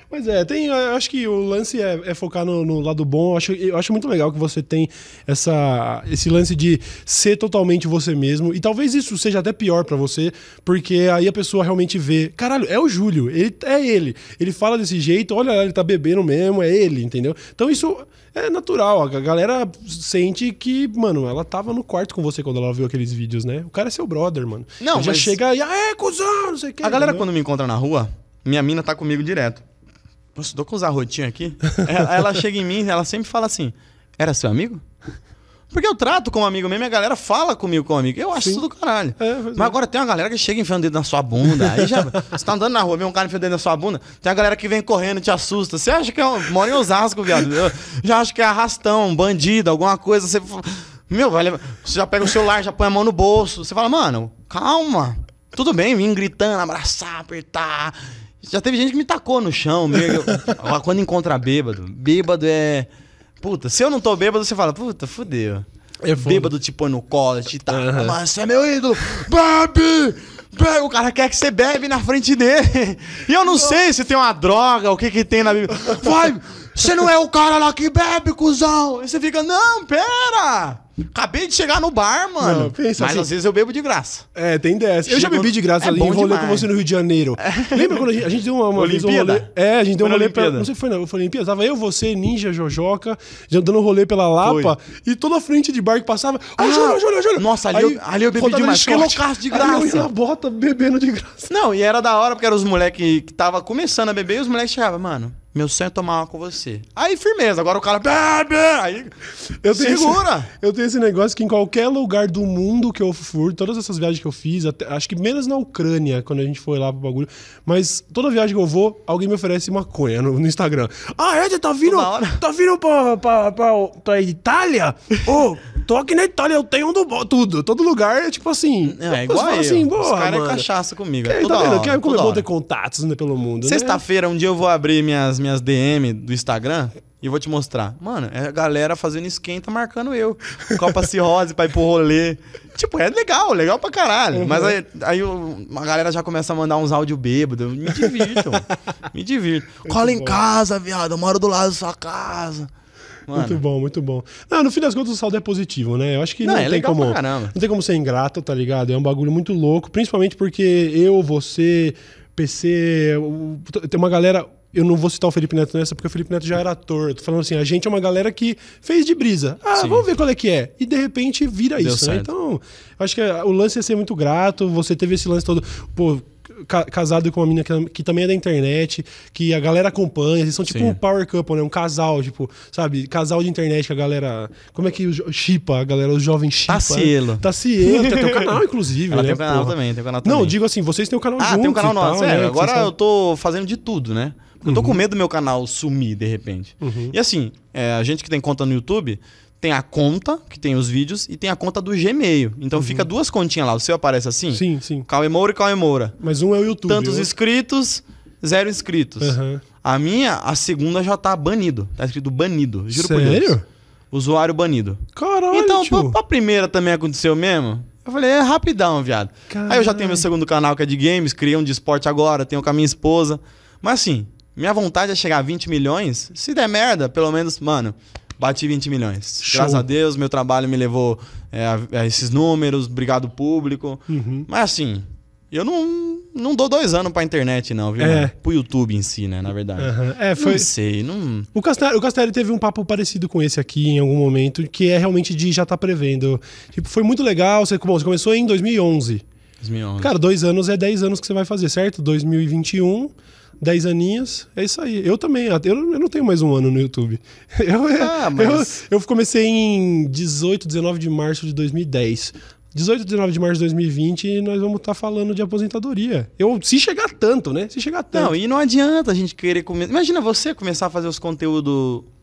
Mas é, tem, eu acho que o lance é, é focar no, no lado bom. Eu acho, eu acho muito legal que você tem essa, esse lance de ser totalmente você mesmo. E talvez isso seja até pior pra você, porque aí a pessoa realmente vê, caralho, é o Júlio, ele, é ele. Ele fala desse jeito, olha, ele tá bebendo mesmo, é ele, entendeu? Então isso é natural. A galera sente que, mano, ela tava no quarto com você quando ela viu aqueles vídeos, né? O cara é seu brother, mano. Não, ele já mas... chega e, ah, é, cuzão, não sei o que. A galera, entendeu? quando me encontra na rua, minha mina tá comigo direto. Nossa, tô com os arrotinhos aqui. ela, ela chega em mim, ela sempre fala assim, era seu amigo? Porque eu trato como amigo mesmo e a galera fala comigo como amigo. Eu acho Sim. isso do caralho. É, Mas é. agora tem uma galera que chega enfiando o dedo na sua bunda. Aí já. Você tá andando na rua, vê um cara enfiando o dedo na sua bunda. Tem a galera que vem correndo e te assusta. Você acha que é um. Mora em Osasco, viado. Eu já acho que é arrastão, bandido, alguma coisa. Você. Meu, vai levar... Você já pega o celular, já põe a mão no bolso. Você fala, mano, calma. Tudo bem, vim gritando, abraçar, apertar. Já teve gente que me tacou no chão. Meio... Quando encontra bêbado. Bêbado é. Puta, se eu não tô bêbado, você fala, puta, fudeu. É foda. Bêbado te põe no colo, te tá, Uhum. mas você é meu ídolo, bebe! Bebe! O cara quer que você bebe na frente dele. E eu não sei se tem uma droga, o que que tem na Bíblia. Vai! Você não é o cara lá que bebe, cuzão! E você fica, não, pera! Acabei de chegar no bar, mano. Não, pensa Mas assim- às vezes eu bebo de graça. É, tem dessa. Eu já Chegou- bebi de graça é ali bom em rolê demais. com você no Rio de Janeiro. Lembra quando a gente, a gente deu uma, uma vez um Olimpíada? rolê? É, a gente deu um Foi na rolê pra... Olimpíada? Não sei se foi na foi na Olimpíada. Tava eu, você, Ninja, Jojoca, já dando rolê pela Lapa. E toda a frente de bar que passava... Ah, Ah, Júlio, Júlio, Júlio. nossa, ali eu- ali eu bebi rodada demais, de fiquei shot. loucaço de Aí eu ia graça. na bota bebendo de graça. Não, e era da hora porque eram os moleques que tava começando a beber e os moleques chegavam, mano, meu sonho é tomar uma com você. Aí, firmeza, agora o cara bebe! Aí, Eu tenho segura! Esse, eu tenho esse negócio que em qualquer lugar do mundo que eu for, todas essas viagens que eu fiz, até- acho que menos na Ucrânia, quando a gente foi lá pro bagulho, mas toda viagem que eu vou, alguém me oferece maconha no, no Instagram. Ah, é? Você tá vindo, Toda hora. tá vindo pra, pra, pra, pra Itália? Ô, tô aqui na Itália, eu tenho um do bo- tudo. Todo lugar é tipo assim. É, você igual fala eu. assim, Os boa, caras é mano. cachaça comigo. É, É, toda tá vendo? hora, Que é como é toda bom hora. ter contatos né, pelo mundo, né? Sexta-feira, um dia eu vou abrir minhas, minhas D M do Instagram e vou te mostrar. Mano, é a galera fazendo esquenta marcando eu. Copa Cirrose pra ir pro rolê. Tipo, é legal, legal pra caralho. Uhum. Mas aí, aí eu- a galera já começa a mandar uns áudios bêbados. Eu me divirto. me divirto. Cola em bom. casa, viado. Eu moro do lado da sua casa. Mano, Muito bom, muito bom. Não, no fim das contas o saldo é positivo, né? Eu acho que não, Não, é tem legal como. pra caramba. Não tem como ser ingrato, tá ligado? É um bagulho muito louco, principalmente porque eu, você, P C, o- tem uma galera. Eu não vou citar o Felipe Neto nessa, porque o Felipe Neto já era ator. Eu tô falando assim, a gente é uma galera que fez de brisa. Ah, Sim. vamos ver qual é que é. E de repente vira Deu isso, né? certo. Então, eu acho que o lance é ser muito grato. Você teve esse lance todo. Pô, ca- casado com uma menina que, que também é da internet, que a galera acompanha. Eles são tipo Sim. um power couple, né? Um casal, tipo, sabe? Casal de internet que a galera. Como é que o jo- chipa, a galera, os jovens chipa? Tacielo. Né? Tacielo. Tem teu canal, inclusive. ela né, tem o canal porra? também, tem o canal também. Não, digo assim, vocês têm o canal Ah, juntos. tem um canal e nosso. tal, É, né, que agora vocês eu tô fazendo de tudo, né? Eu tô com medo do meu canal sumir de repente. Uhum. E assim, é, a gente que tem conta no YouTube, tem a conta, que tem os vídeos, e tem a conta do Gmail. Então fica duas continhas lá. O seu aparece assim? Uhum. Sim, sim. Cauê Moura e Cauê Moura. Mas um é o YouTube. Tantos o- inscritos, zero inscritos. Aham. A minha, a segunda já tá banido. Tá escrito banido. Juro por Deus. Sério? Usuário banido. Caralho, Então, tio. pra, pra primeira também aconteceu mesmo. Eu falei, é rapidão, viado. Aí eu já tenho meu segundo canal que é de games, criei um de esporte agora, tenho com a minha esposa. Mas assim, minha vontade é chegar a vinte milhões. Se der merda, pelo menos, mano, bati vinte milhões. Show. Graças a Deus, meu trabalho me levou é, a, a esses números, obrigado público. Uhum. Mas assim, eu não, não dou dois anos pra internet, não, viu? É. mano? Pro YouTube em si, né, na verdade. Aham. É, foi. Não sei, não... O Castelli, o Castelli teve um papo parecido com esse aqui em algum momento, que é realmente de já tá prevendo. Tipo, foi muito legal. Você, bom, você começou em dois mil e onze. dois mil e onze. Cara, dois anos é dez anos que você vai fazer, certo? dois mil e vinte e um, dez aninhos, é isso aí. Eu também, eu, eu não tenho mais um ano no YouTube. Eu, Ah, mas- eu, eu comecei em dezoito, dezenove de março de dois mil e dez. dezoito, dezenove de março de dois mil e vinte e nós vamos estar falando de aposentadoria. Eu, se chegar tanto, né? Se chegar tanto. Não, e não adianta a gente querer começar. Imagina você começar a fazer os conteúdos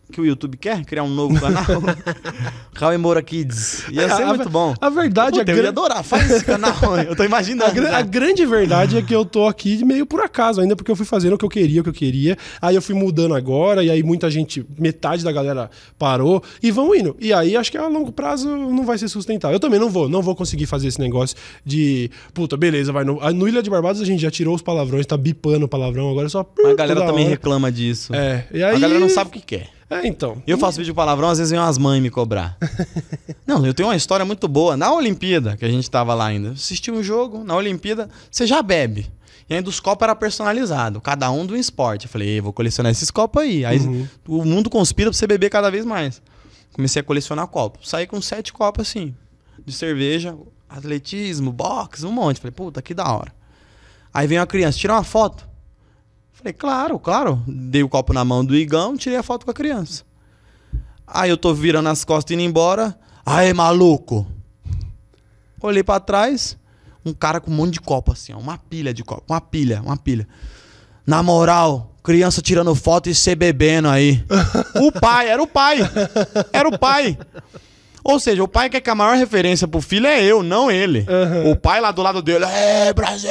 que o YouTube quer? Criar um novo canal? Cauê Moura Kids. Ia ser a, muito bom. A verdade Puta, é eu ia adorar. Faz esse canal. Eu tô imaginando. A, gra a grande verdade é que eu tô aqui meio por acaso, ainda porque eu fui fazendo o que eu queria, o que eu queria. Aí eu fui mudando agora, e aí muita gente, metade da galera parou, e vão indo. E aí acho que a longo prazo não vai ser sustentável. Eu também não vou, não vou conseguir fazer esse negócio de, puta, beleza, vai. No, no Ilha de Barbados a gente já tirou os palavrões, tá bipando o palavrão, agora é só... Mas a galera também hora. reclama disso. É, e aí... A galera não sabe o que quer. É, então. Eu faço vídeo de palavrão, às vezes vem umas mães me cobrar. Não, eu tenho uma história muito boa. Na Olimpíada, que a gente tava lá ainda, assisti um jogo, na Olimpíada, você já bebe. E ainda os copos eram personalizados, cada um do esporte. Eu falei, vou colecionar esses copos aí. Aí uhum. o mundo conspira pra você beber cada vez mais. Comecei a colecionar copos. Saí com sete copos assim, de cerveja, atletismo, boxe, um monte. Falei, puta, que da hora. Aí vem uma criança, tira uma foto. Falei, claro, claro. Dei o copo na mão do Igão, tirei a foto com a criança. Aí eu tô virando as costas e indo embora. Aí, maluco. Olhei pra trás, um cara com um monte de copo assim, ó, uma pilha de copo, uma pilha, uma pilha. Na moral, criança tirando foto e você bebendo aí. O pai, era o pai. Era o pai. Ou seja, o pai quer que a maior referência pro filho é eu, não ele. Uhum. O pai lá do lado dele, é Brasil!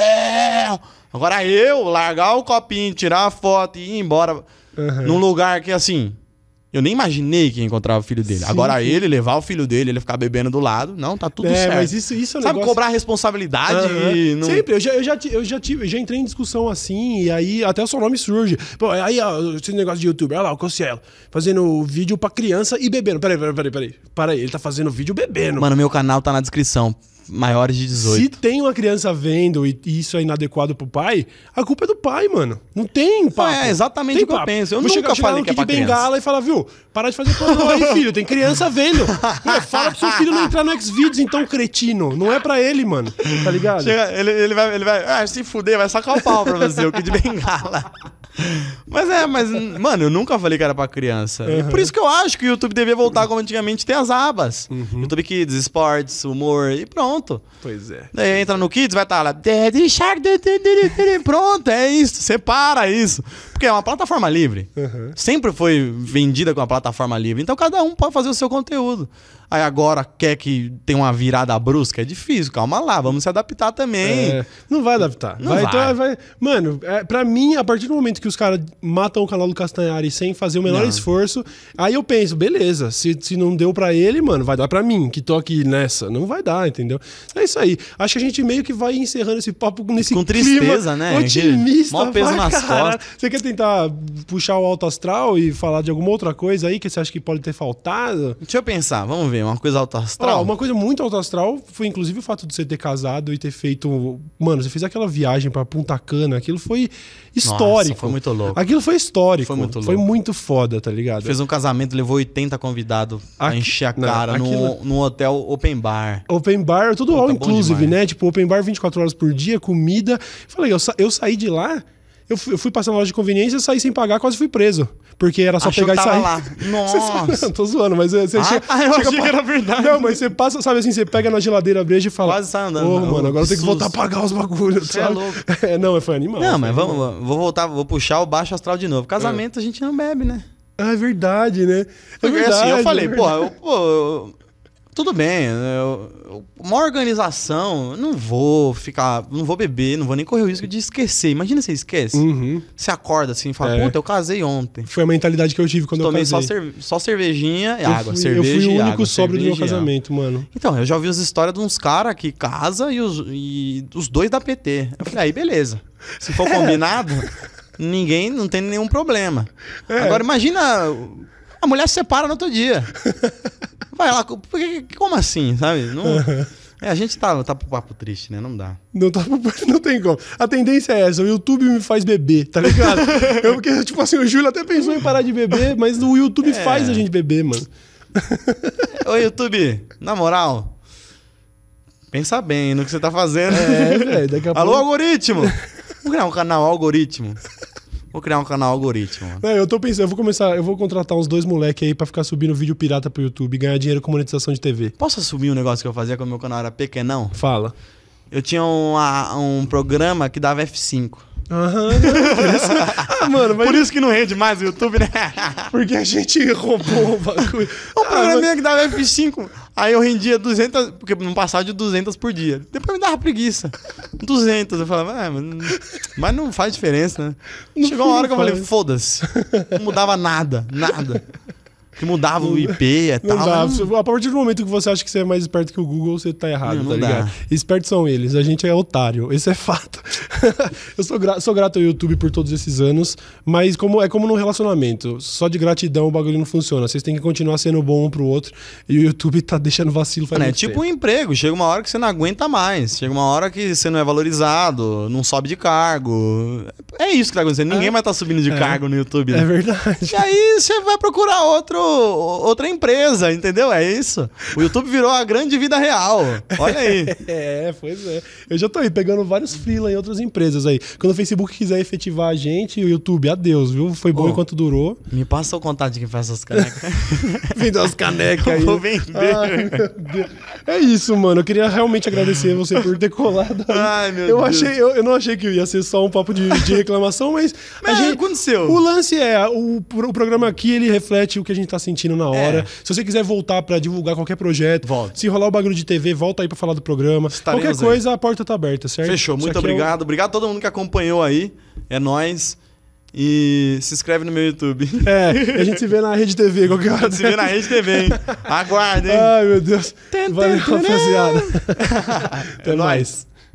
Agora eu largar o copinho, tirar a foto e ir embora uhum. num lugar que, assim, eu nem imaginei que ia encontrar o filho dele. Sim. Agora ele levar o filho dele, ele ficar bebendo do lado, não, tá tudo é, certo. Mas isso, isso é um Sabe negócio... cobrar responsabilidade? Uhum. E não... Sempre, eu já, eu, já, eu, já tive, eu já entrei em discussão assim, e aí até o seu nome surge. Pô, aí ó, esse negócio de YouTube, olha lá, o Cossielo, fazendo vídeo pra criança e bebendo. Peraí, peraí, peraí, peraí. Peraí, ele tá fazendo vídeo bebendo. Mano, meu canal tá na descrição. Maiores de dezoito. Se tem uma criança vendo e isso é inadequado pro pai, a culpa é do pai, mano. Não tem papo. É exatamente tem o que papo. eu penso. Eu Vou nunca chegar, falei chegar que é pra criança. Bengala e falar, viu, para de fazer pornô aí, filho. Tem criança vendo. Ué, fala pro seu filho não entrar no Xvideos, então, cretino. Não é pra ele, mano. Tá ligado? Chega, ele, ele vai, ele vai ah, se fuder, vai sacar o pau pra você, o Kid Bengala. Mas é, mas, mano, eu nunca falei que era pra criança. Uhum. E por isso que eu acho que o YouTube devia voltar como antigamente, ter as abas. Uhum. YouTube Kids, Esportes, Humor e pronto. Pois é. Daí entra no Kids, vai estar lá, Daddy Shark, pronto, é isso, separa isso. Porque é uma plataforma livre. Uhum. Sempre foi vendida com uma plataforma livre. Então cada um pode fazer o seu conteúdo. Aí agora quer que tenha uma virada brusca? É difícil, calma lá, vamos se adaptar também. É, não vai adaptar. Não vai, vai. Então, vai. Mano, é, pra mim, a partir do momento que os caras matam o canal do Castanhari sem fazer o menor não. esforço, aí eu penso, beleza, se, se não deu pra ele, mano, vai dar pra mim, que tô aqui nessa. Não vai dar, entendeu? É isso aí. Acho que a gente meio que vai encerrando esse papo nesse com tristeza, né? Otimista. Mó peso nas cara. costas. Você quer tentar puxar o alto astral e falar de alguma outra coisa aí que você acha que pode ter faltado? Deixa eu pensar, vamos ver, uma coisa alto astral. Ah, uma coisa muito alto astral foi inclusive o fato de você ter casado e ter feito... Mano, você fez aquela viagem pra Punta Cana, aquilo foi histórico. Nossa, foi muito louco. Aquilo foi histórico. Foi muito louco. Foi muito foda, tá ligado? Fez um casamento, levou oitenta convidados pra encher a cara não, aquilo... num, num hotel open bar. Open bar, tudo all inclusive, né? Tipo, open bar vinte e quatro horas por dia, comida. Falei, eu, sa eu saí de lá... Eu fui, eu fui passar na loja de conveniência, saí sem pagar, quase fui preso. Porque era só Achou pegar e sair. Lá. Nossa! Tô zoando, mas você ah, chega. Ah, eu chega achei pra... que era verdade. Não, mas você passa, sabe assim, você pega na geladeira a breja e fala. Quase sai andando. Ô, oh, mano, agora eu tenho que voltar a pagar os bagulhos. Você é louco. É, não, foi animal. Não, foi mas animal. vamos, vou voltar, vou puxar o baixo astral de novo. Casamento é. a gente não bebe, né? Ah, é verdade, né? É Porque verdade, assim, eu falei, é pô, eu, pô eu, tudo bem, eu, eu, uma organização, eu não vou ficar, não vou beber, não vou nem correr o risco de esquecer. Imagina você esquece. Uhum. Você acorda assim e fala, é. puta, eu casei ontem. Foi a mentalidade que eu tive quando Tomei eu casei. Só, cerve só cervejinha e eu água, fui, cerveja Eu fui o único água, sóbrio do meu água. casamento, mano. Então, eu já ouvi as histórias de uns caras que casam e os, e os dois da P T. Eu falei, aí beleza. Se for combinado, ninguém, não tem nenhum problema. É. Agora imagina, a mulher se separa no outro dia. Vai lá, como assim, sabe? Não, é, a gente tá, tá pro papo triste, né? Não dá. Não, tá, não tem como. A tendência é essa, o YouTube me faz beber, tá ligado? Eu, porque, tipo assim, o Júlio até pensou em parar de beber, mas o YouTube é. faz a gente beber, mano. Ô, YouTube, na moral, pensa bem no que você tá fazendo. É, velho, daqui a Alô, pouco... algoritmo! Vamos criar um canal algoritmo. Vou criar um canal algoritmo. É, eu tô pensando, eu vou começar, eu vou contratar uns dois moleques aí pra ficar subindo vídeo pirata pro YouTube e ganhar dinheiro com monetização de T V. Posso assumir um negócio que eu fazia quando meu canal era pequenão? Fala. Eu tinha um, um programa que dava F cinco. Aham, ah, mano, mas... Por isso que não rende mais o YouTube, né? Porque a gente roubou o bagulho. O programinha que dava F cinco, aí eu rendia duzentas, porque não passava de duzentas por dia. Depois me dava preguiça. duzentas, eu falava, ah, mas, mas não faz diferença, né? Não Chegou uma hora que eu falei, faz. foda-se. Não mudava nada, nada. Que mudava o I P e Não tal. dá. mas não- A partir do momento que você acha que você é mais esperto que o Google, você tá errado, Não, tá não ligado? dá. Espertos são eles, a gente é otário. Esse é fato. Eu sou, gra sou grato ao YouTube por todos esses anos, mas como, é como num relacionamento. Só de gratidão o bagulho não funciona. Vocês têm que continuar sendo bom um pro outro. E o YouTube tá deixando vacilo faz Mano, é muito tipo tempo. um emprego. Chega uma hora que você não aguenta mais. Chega uma hora que você não é valorizado, não sobe de cargo. É isso que tá acontecendo. Ninguém É. mais tá subindo de É. cargo no YouTube. É Né? verdade. E aí você vai procurar outro, outra empresa, entendeu? É isso. O YouTube virou a grande vida real. Olha aí. É, pois é. Eu já tô aí pegando vários freela em outras empresas aí. Quando o Facebook quiser efetivar a gente, o YouTube, adeus, viu? Foi bom Ô. enquanto durou. Me passa o contato de quem faz essas canecas. Vendeu as canecas aí. Vou vender. Ai, meu Deus. É isso, mano. Eu queria realmente agradecer você por ter colado. aí. Ai, meu eu Deus. Achei, eu, eu não achei que ia ser só um papo de, de reclamação, mas, Mas a gente, aconteceu. o lance é, o, pro- o programa aqui, ele reflete o que a gente tá sentindo na hora. É. Se você quiser voltar pra divulgar qualquer projeto, Volta. se rolar o bagulho de T V, volta aí pra falar do programa. Estaremos qualquer aí. coisa, a porta tá aberta, certo? Fechou, Isso muito aqui é o- obrigado. Obrigado a todo mundo que acompanhou aí. É nóis. E se inscreve no meu YouTube. É, a gente se vê na Rede T V qualquer hora. Se vê na Rede T V, hein? Aguardem. Ai, meu Deus. Valeu, rapaziada. É nóis.